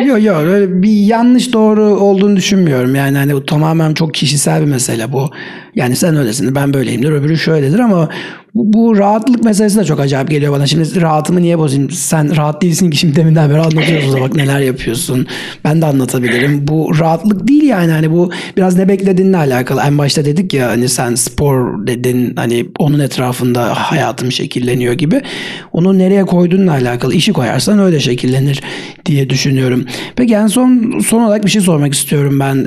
Öyle bir yanlış doğru olduğunu düşünmüyorum. Yani hani bu tamamen çok kişisel bir mesele bu. Yani sen öylesin, ben böyleyimdir, öbürü şöyledir ama bu rahatlık meselesi de çok acayip geliyor bana. Şimdi rahatımı niye bozayım? Sen rahat değilsin ki, şimdi deminden beri anlatıyorsun, bak neler yapıyorsun. Ben de anlatabilirim. Bu rahatlık değil yani, hani bu biraz ne beklediğinle alakalı. En başta dedik ya hani sen spor dedin, hani onun etrafında hayatım şekilleniyor gibi. Onu nereye koyduğunla alakalı. İşi koyarsan öyle şekillenir diye düşünüyorum. Peki en son olarak bir şey sormak istiyorum ben.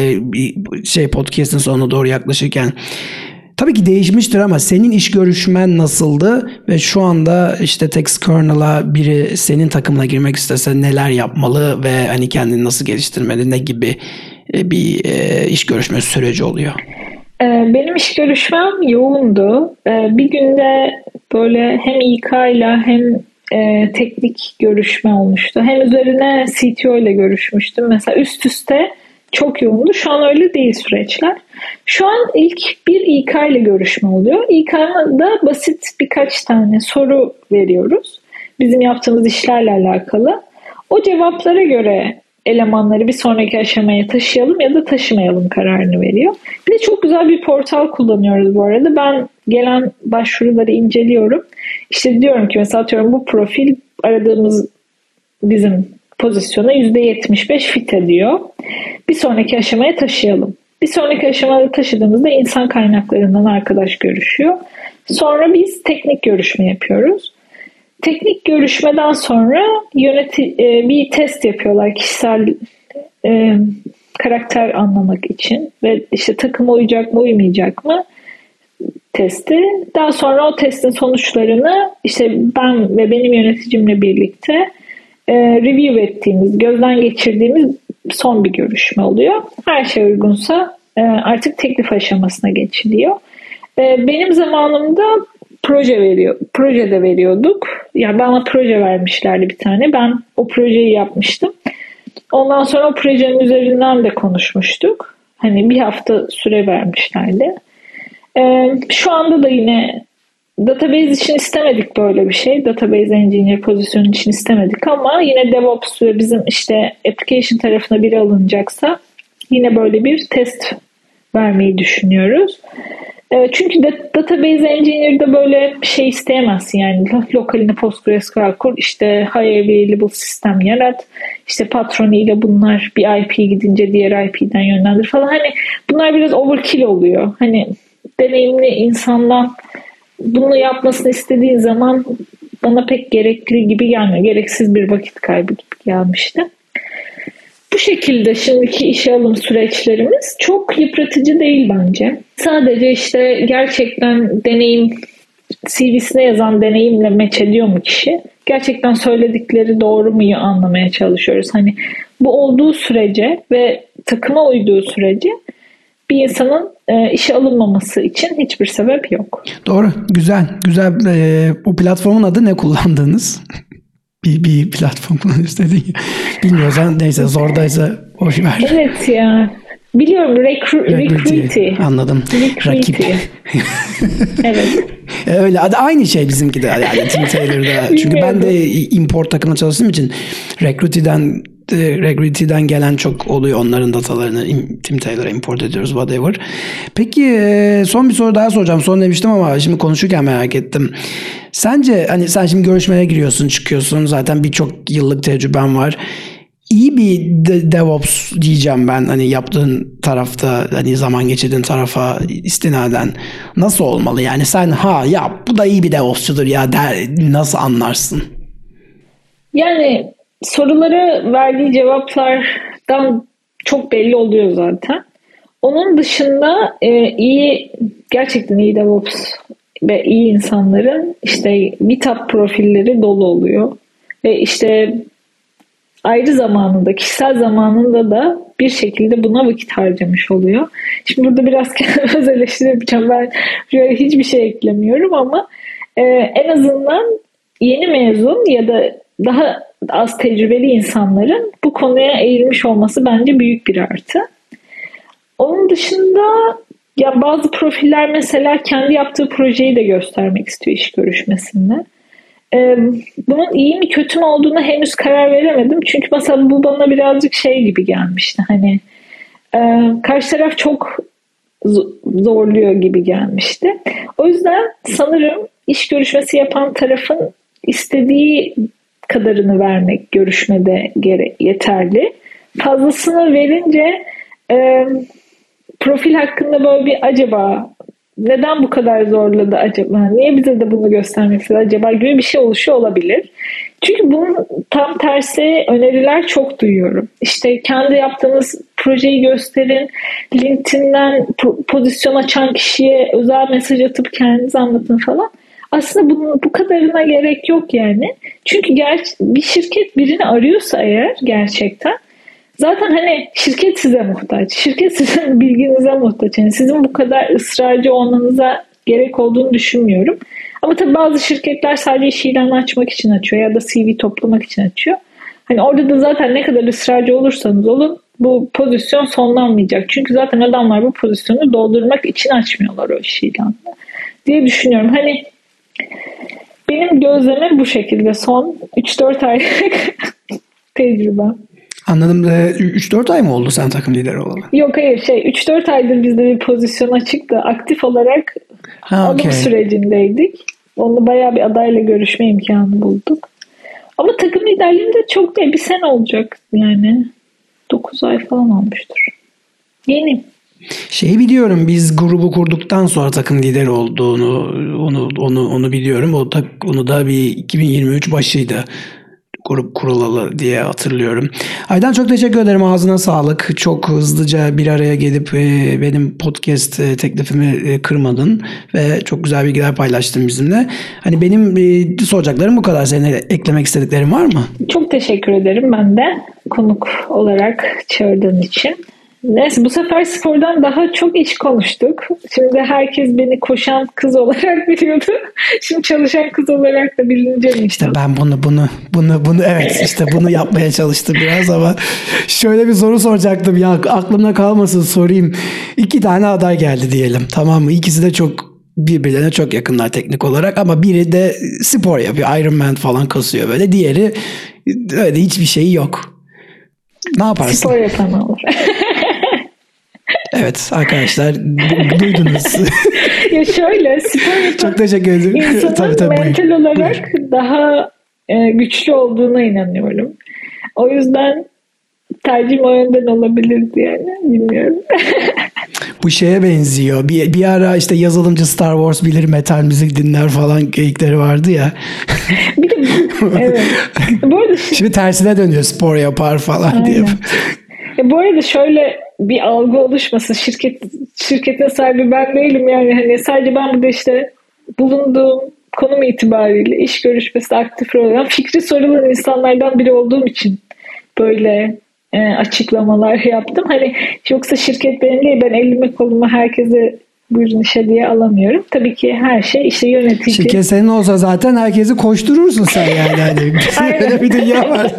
Podcast'ın sonuna doğru yaklaşırken. Tabii ki değişmiştir ama senin iş görüşmen nasıldı ve şu anda işte Textkernel'a biri senin takımına girmek istese neler yapmalı ve hani kendini nasıl geliştirmeli, ne gibi bir iş görüşme süreci oluyor? Benim iş görüşmem yoğundu. Bir günde böyle hem İK ile hem teknik görüşme olmuştu. Hem üzerine CTO ile görüşmüştüm. Mesela üst üste çok yoğundu. Şu an öyle değil süreçler. Şu an ilk bir İK ile görüşme oluyor. İK'da basit birkaç tane soru veriyoruz. Bizim yaptığımız işlerle alakalı. O cevaplara göre elemanları bir sonraki aşamaya taşıyalım ya da taşımayalım kararını veriyor. Bir de çok güzel bir portal kullanıyoruz bu arada. Ben gelen başvuruları inceliyorum. İşte diyorum ki mesela atıyorum bu profil aradığımız bizim pozisyona %75 fit ediyor. Bir sonraki aşamaya taşıyalım. Bir sonraki aşamada taşıdığımızda insan kaynaklarından arkadaş görüşüyor. Sonra biz teknik görüşme yapıyoruz. Teknik görüşmeden sonra bir test yapıyorlar kişisel karakter anlamak için ve işte takıma uyacak mı uymayacak mı testi. Daha sonra o testin sonuçlarını işte ben ve benim yöneticimle birlikte review ettiğimiz, gözden geçirdiğimiz son bir görüşme oluyor. Her şey uygunsa artık teklif aşamasına geçiliyor. Benim zamanımda projede veriyorduk. Yani bana proje vermişlerdi bir tane. Ben o projeyi yapmıştım. Ondan sonra o projenin üzerinden de konuşmuştuk. Hani bir hafta süre vermişlerdi. Şu anda da yine database için istemedik böyle bir şey. Database engineer pozisyonu için istemedik ama yine DevOps ve bizim işte application tarafına biri alınacaksa yine böyle bir test vermeyi düşünüyoruz. Çünkü database engineer'da böyle bir şey isteyemezsin yani lokaline PostgreSQL kur, işte high available sistem yarat, işte patroniyle bunlar bir IP gidince diğer IP'den yönlendir falan. Hani bunlar biraz overkill oluyor. Hani deneyimli insandan bunu yapmasını istediğin zaman bana pek gerekli gibi gelmiyor. Gereksiz bir vakit kaybı gibi gelmişti. Bu şekilde şimdiki işe alım süreçlerimiz çok yıpratıcı değil bence. Sadece işte gerçekten deneyim, CV'sine yazan deneyimle meç ediyor mu kişi? Gerçekten söyledikleri doğru mu anlamaya çalışıyoruz. Hani bu olduğu sürece ve takıma uyduğu sürece bir insanın işe alınmaması için hiçbir sebep yok. Doğru. Güzel. Güzel. Bu platformun adı ne kullandığınız? bir platform istediğin. Bilmiyorsan neyse zordaysa boş ver. Evet ya. Biliyorum. Recruity. Anladım. Rakip. Evet. Öyle. Aynı şey bizimki de. Yani Tim Taylor'da. Çünkü ben de import takımına çalıştığım için Recruity'den gelen çok oluyor. Onların datalarını Tim Taylor'a import ediyoruz. Whatever. Peki son bir soru daha soracağım. Son demiştim ama şimdi konuşurken merak ettim. Sence hani sen şimdi görüşmeye giriyorsun, çıkıyorsun. Zaten birçok yıllık tecrüben var. İyi bir DevOps diyeceğim ben hani yaptığın tarafta hani zaman geçirdiğin tarafa istinaden nasıl olmalı? Yani sen ya bu da iyi bir DevOps'cudur ya nasıl anlarsın? Yani sorulara verdiği cevaplardan çok belli oluyor zaten. Onun dışında gerçekten iyi DevOps ve iyi insanların işte GitHub profilleri dolu oluyor. Ve işte ayrı zamanında, kişisel zamanında da bir şekilde buna vakit harcamış oluyor. Şimdi burada biraz kendime öz eleştiri yapacağım. Ben şöyle hiçbir şey eklemiyorum ama en azından yeni mezun ya da daha az tecrübeli insanların bu konuya eğilmiş olması bence büyük bir artı. Onun dışında ya bazı profiller mesela kendi yaptığı projeyi de göstermek istiyor iş görüşmesinde. Bunun iyi mi kötü mü olduğuna henüz karar veremedim. Çünkü mesela bu bana birazcık şey gibi gelmişti. Hani karşı taraf çok zorluyor gibi gelmişti. O yüzden sanırım iş görüşmesi yapan tarafın istediği kadarını vermek görüşmede yeterli. Fazlasını verince profil hakkında böyle bir acaba neden bu kadar zorladı acaba? Niye bize de bunu göstermek istedi acaba gibi bir şey oluşuyor olabilir. Çünkü bunun tam tersi öneriler çok duyuyorum. İşte kendi yaptığınız projeyi gösterin. LinkedIn'den pozisyon açan kişiye özel mesaj atıp kendinizi anlatın falan. Aslında bu kadarına gerek yok yani. Çünkü bir şirket birini arıyorsa eğer gerçekten zaten hani şirket size muhtaç. Şirket sizin bilginize muhtaç. Yani sizin bu kadar ısrarcı olmanıza gerek olduğunu düşünmüyorum. Ama tabii bazı şirketler sadece iş ilanı açmak için açıyor ya da CV toplamak için açıyor. Hani orada da zaten ne kadar ısrarcı olursanız olun bu pozisyon sonlanmayacak. Çünkü zaten adamlar bu pozisyonu doldurmak için açmıyorlar o iş ilanını diye düşünüyorum. Hani benim gözlemim bu şekilde son 3-4 aylık tecrübem. Anladım. 3-4 ay mı oldu sen takım lideri olalı? Yok hayır 3-4 aydır bizde bir pozisyon açık da aktif olarak alım sürecindeydik. Onunla bayağı bir adayla görüşme imkanı bulduk. Ama takım liderliğinde çok değil. Bir sene olacak yani. 9 ay falan olmuştur. Yeni. Şeyi biliyorum, biz grubu kurduktan sonra takım lideri olduğunu onu biliyorum. Onu da bir 2023 başıydı. Grup kurulalı diye hatırlıyorum. Aydan çok teşekkür ederim. Ağzına sağlık. Çok hızlıca bir araya gelip benim podcast teklifimi kırmadın ve çok güzel bilgiler paylaştın bizimle. Hani benim soracaklarım bu kadar. Senin eklemek istediklerin var mı? Çok teşekkür ederim ben de konuk olarak çağırdığın için. Neyse, bu sefer spordan daha çok iş konuştuk. Şimdi herkes beni koşan kız olarak biliyordu. Şimdi çalışan kız olarak da bilineceğim. İşte ben bunu evet işte bunu yapmaya çalıştım biraz ama şöyle bir soru soracaktım ya, aklımda kalmasın sorayım. 2 tane aday geldi diyelim, tamam mı? İkisi de çok birbirlerine çok yakınlar teknik olarak ama biri de spor yapıyor, Ironman falan kasıyor böyle. Diğeri öyle hiçbir şeyi yok. Ne yaparsın? Spor yapan olur. Evet arkadaşlar duydunuz. Ya şöyle, spor yapan çok teşekkür ederim. İnsanın tabii, mental olarak daha güçlü olduğuna inanıyorum. O yüzden tercihim o yönden olabilirdi yani. Bilmiyorum. Bu şeye benziyor. Bir ara işte yazılımcı Star Wars bilir, metal müzik dinler falan geyikleri vardı ya. Bir de evet. Bu arada şimdi tersine dönüyor, spor yapar falan aynen diye. Bu arada şöyle bir algı oluşmasın. Şirketin sahibi ben değilim yani. Hani sadece ben burada işte bulunduğum konum itibariyle iş görüşmesi aktif olan, fikri sorulan insanlardan biri olduğum için böyle açıklamalar yaptım. Hani yoksa şirket benim değil. Ben elime koluma herkese buyurun işe diye alamıyorum. Tabii ki her şey işte yönetici. Şirket senin olsa zaten herkesi koşturursun sen yani. Hani öyle bir dünya var.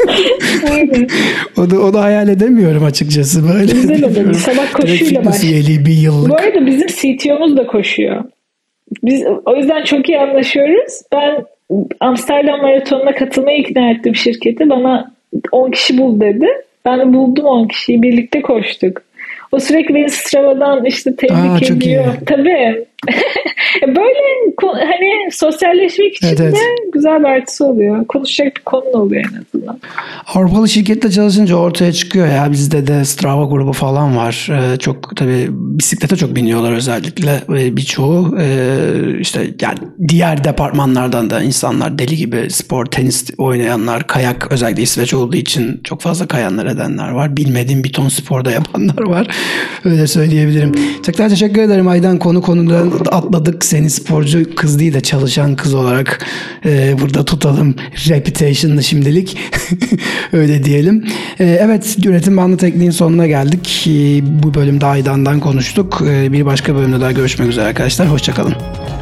Aynen. Onu hayal edemiyorum açıkçası. Böyle güzel olur. Sabah koşuyla başlıyor. Bir yıllık. Bu arada bizim CTO'muz da koşuyor. Biz o yüzden çok iyi anlaşıyoruz. Ben Amsterdam Maratonu'na katılmaya ikna ettim şirketi. Bana 10 kişi bul dedi. Ben de buldum 10 kişiyi. Birlikte koştuk. O sürekli beni Strava'dan işte tebrik ediyor. Tabii. Böyle hani sosyalleşmek için de güzel bir artısı oluyor. Konuşacak bir konu oluyor en azından. Avrupalı şirketle çalışınca ortaya çıkıyor ya. Bizde de Strava grubu falan var. Çok tabii bisiklete çok biniyorlar özellikle birçoğu. İşte yani diğer departmanlardan da insanlar deli gibi spor, tenis oynayanlar, kayak, özellikle İsveç olduğu için çok fazla kayanlar edenler var. Bilmediğim bir ton sporda yapanlar var. Öyle söyleyebilirim. Tekrar teşekkür ederim Aydan. Konudan atladık. Seni sporcu kız değil de çalışan kız olarak burada tutalım. Reputation'lı şimdilik. Öyle diyelim. Evet, üretim bandı tekniğin sonuna geldik. Bu bölümde Aydan'dan konuştuk. Bir başka bölümde daha görüşmek üzere arkadaşlar. Hoşçakalın.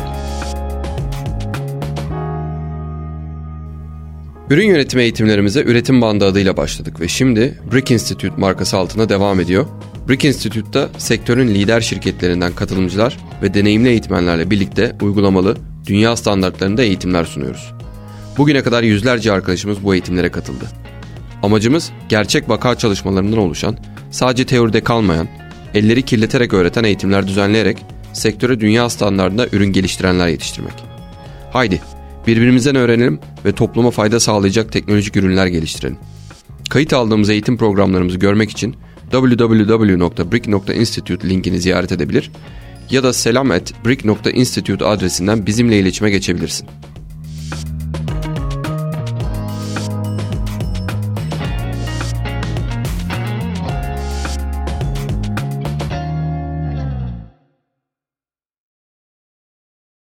Ürün yönetimi eğitimlerimize Üretim Bandı adıyla başladık ve şimdi Brick Institute markası altında devam ediyor. Brick Institute'da sektörün lider şirketlerinden katılımcılar ve deneyimli eğitmenlerle birlikte uygulamalı, dünya standartlarında eğitimler sunuyoruz. Bugüne kadar yüzlerce arkadaşımız bu eğitimlere katıldı. Amacımız gerçek vaka çalışmalarından oluşan, sadece teoride kalmayan, elleri kirleterek öğreten eğitimler düzenleyerek sektöre dünya standartında ürün geliştirenler yetiştirmek. Haydi birbirimizden öğrenelim ve topluma fayda sağlayacak teknolojik ürünler geliştirelim. Kayıt aldığımız eğitim programlarımızı görmek için www.brick.institute linkini ziyaret edebilir ya da selam@brick.institute adresinden bizimle iletişime geçebilirsin.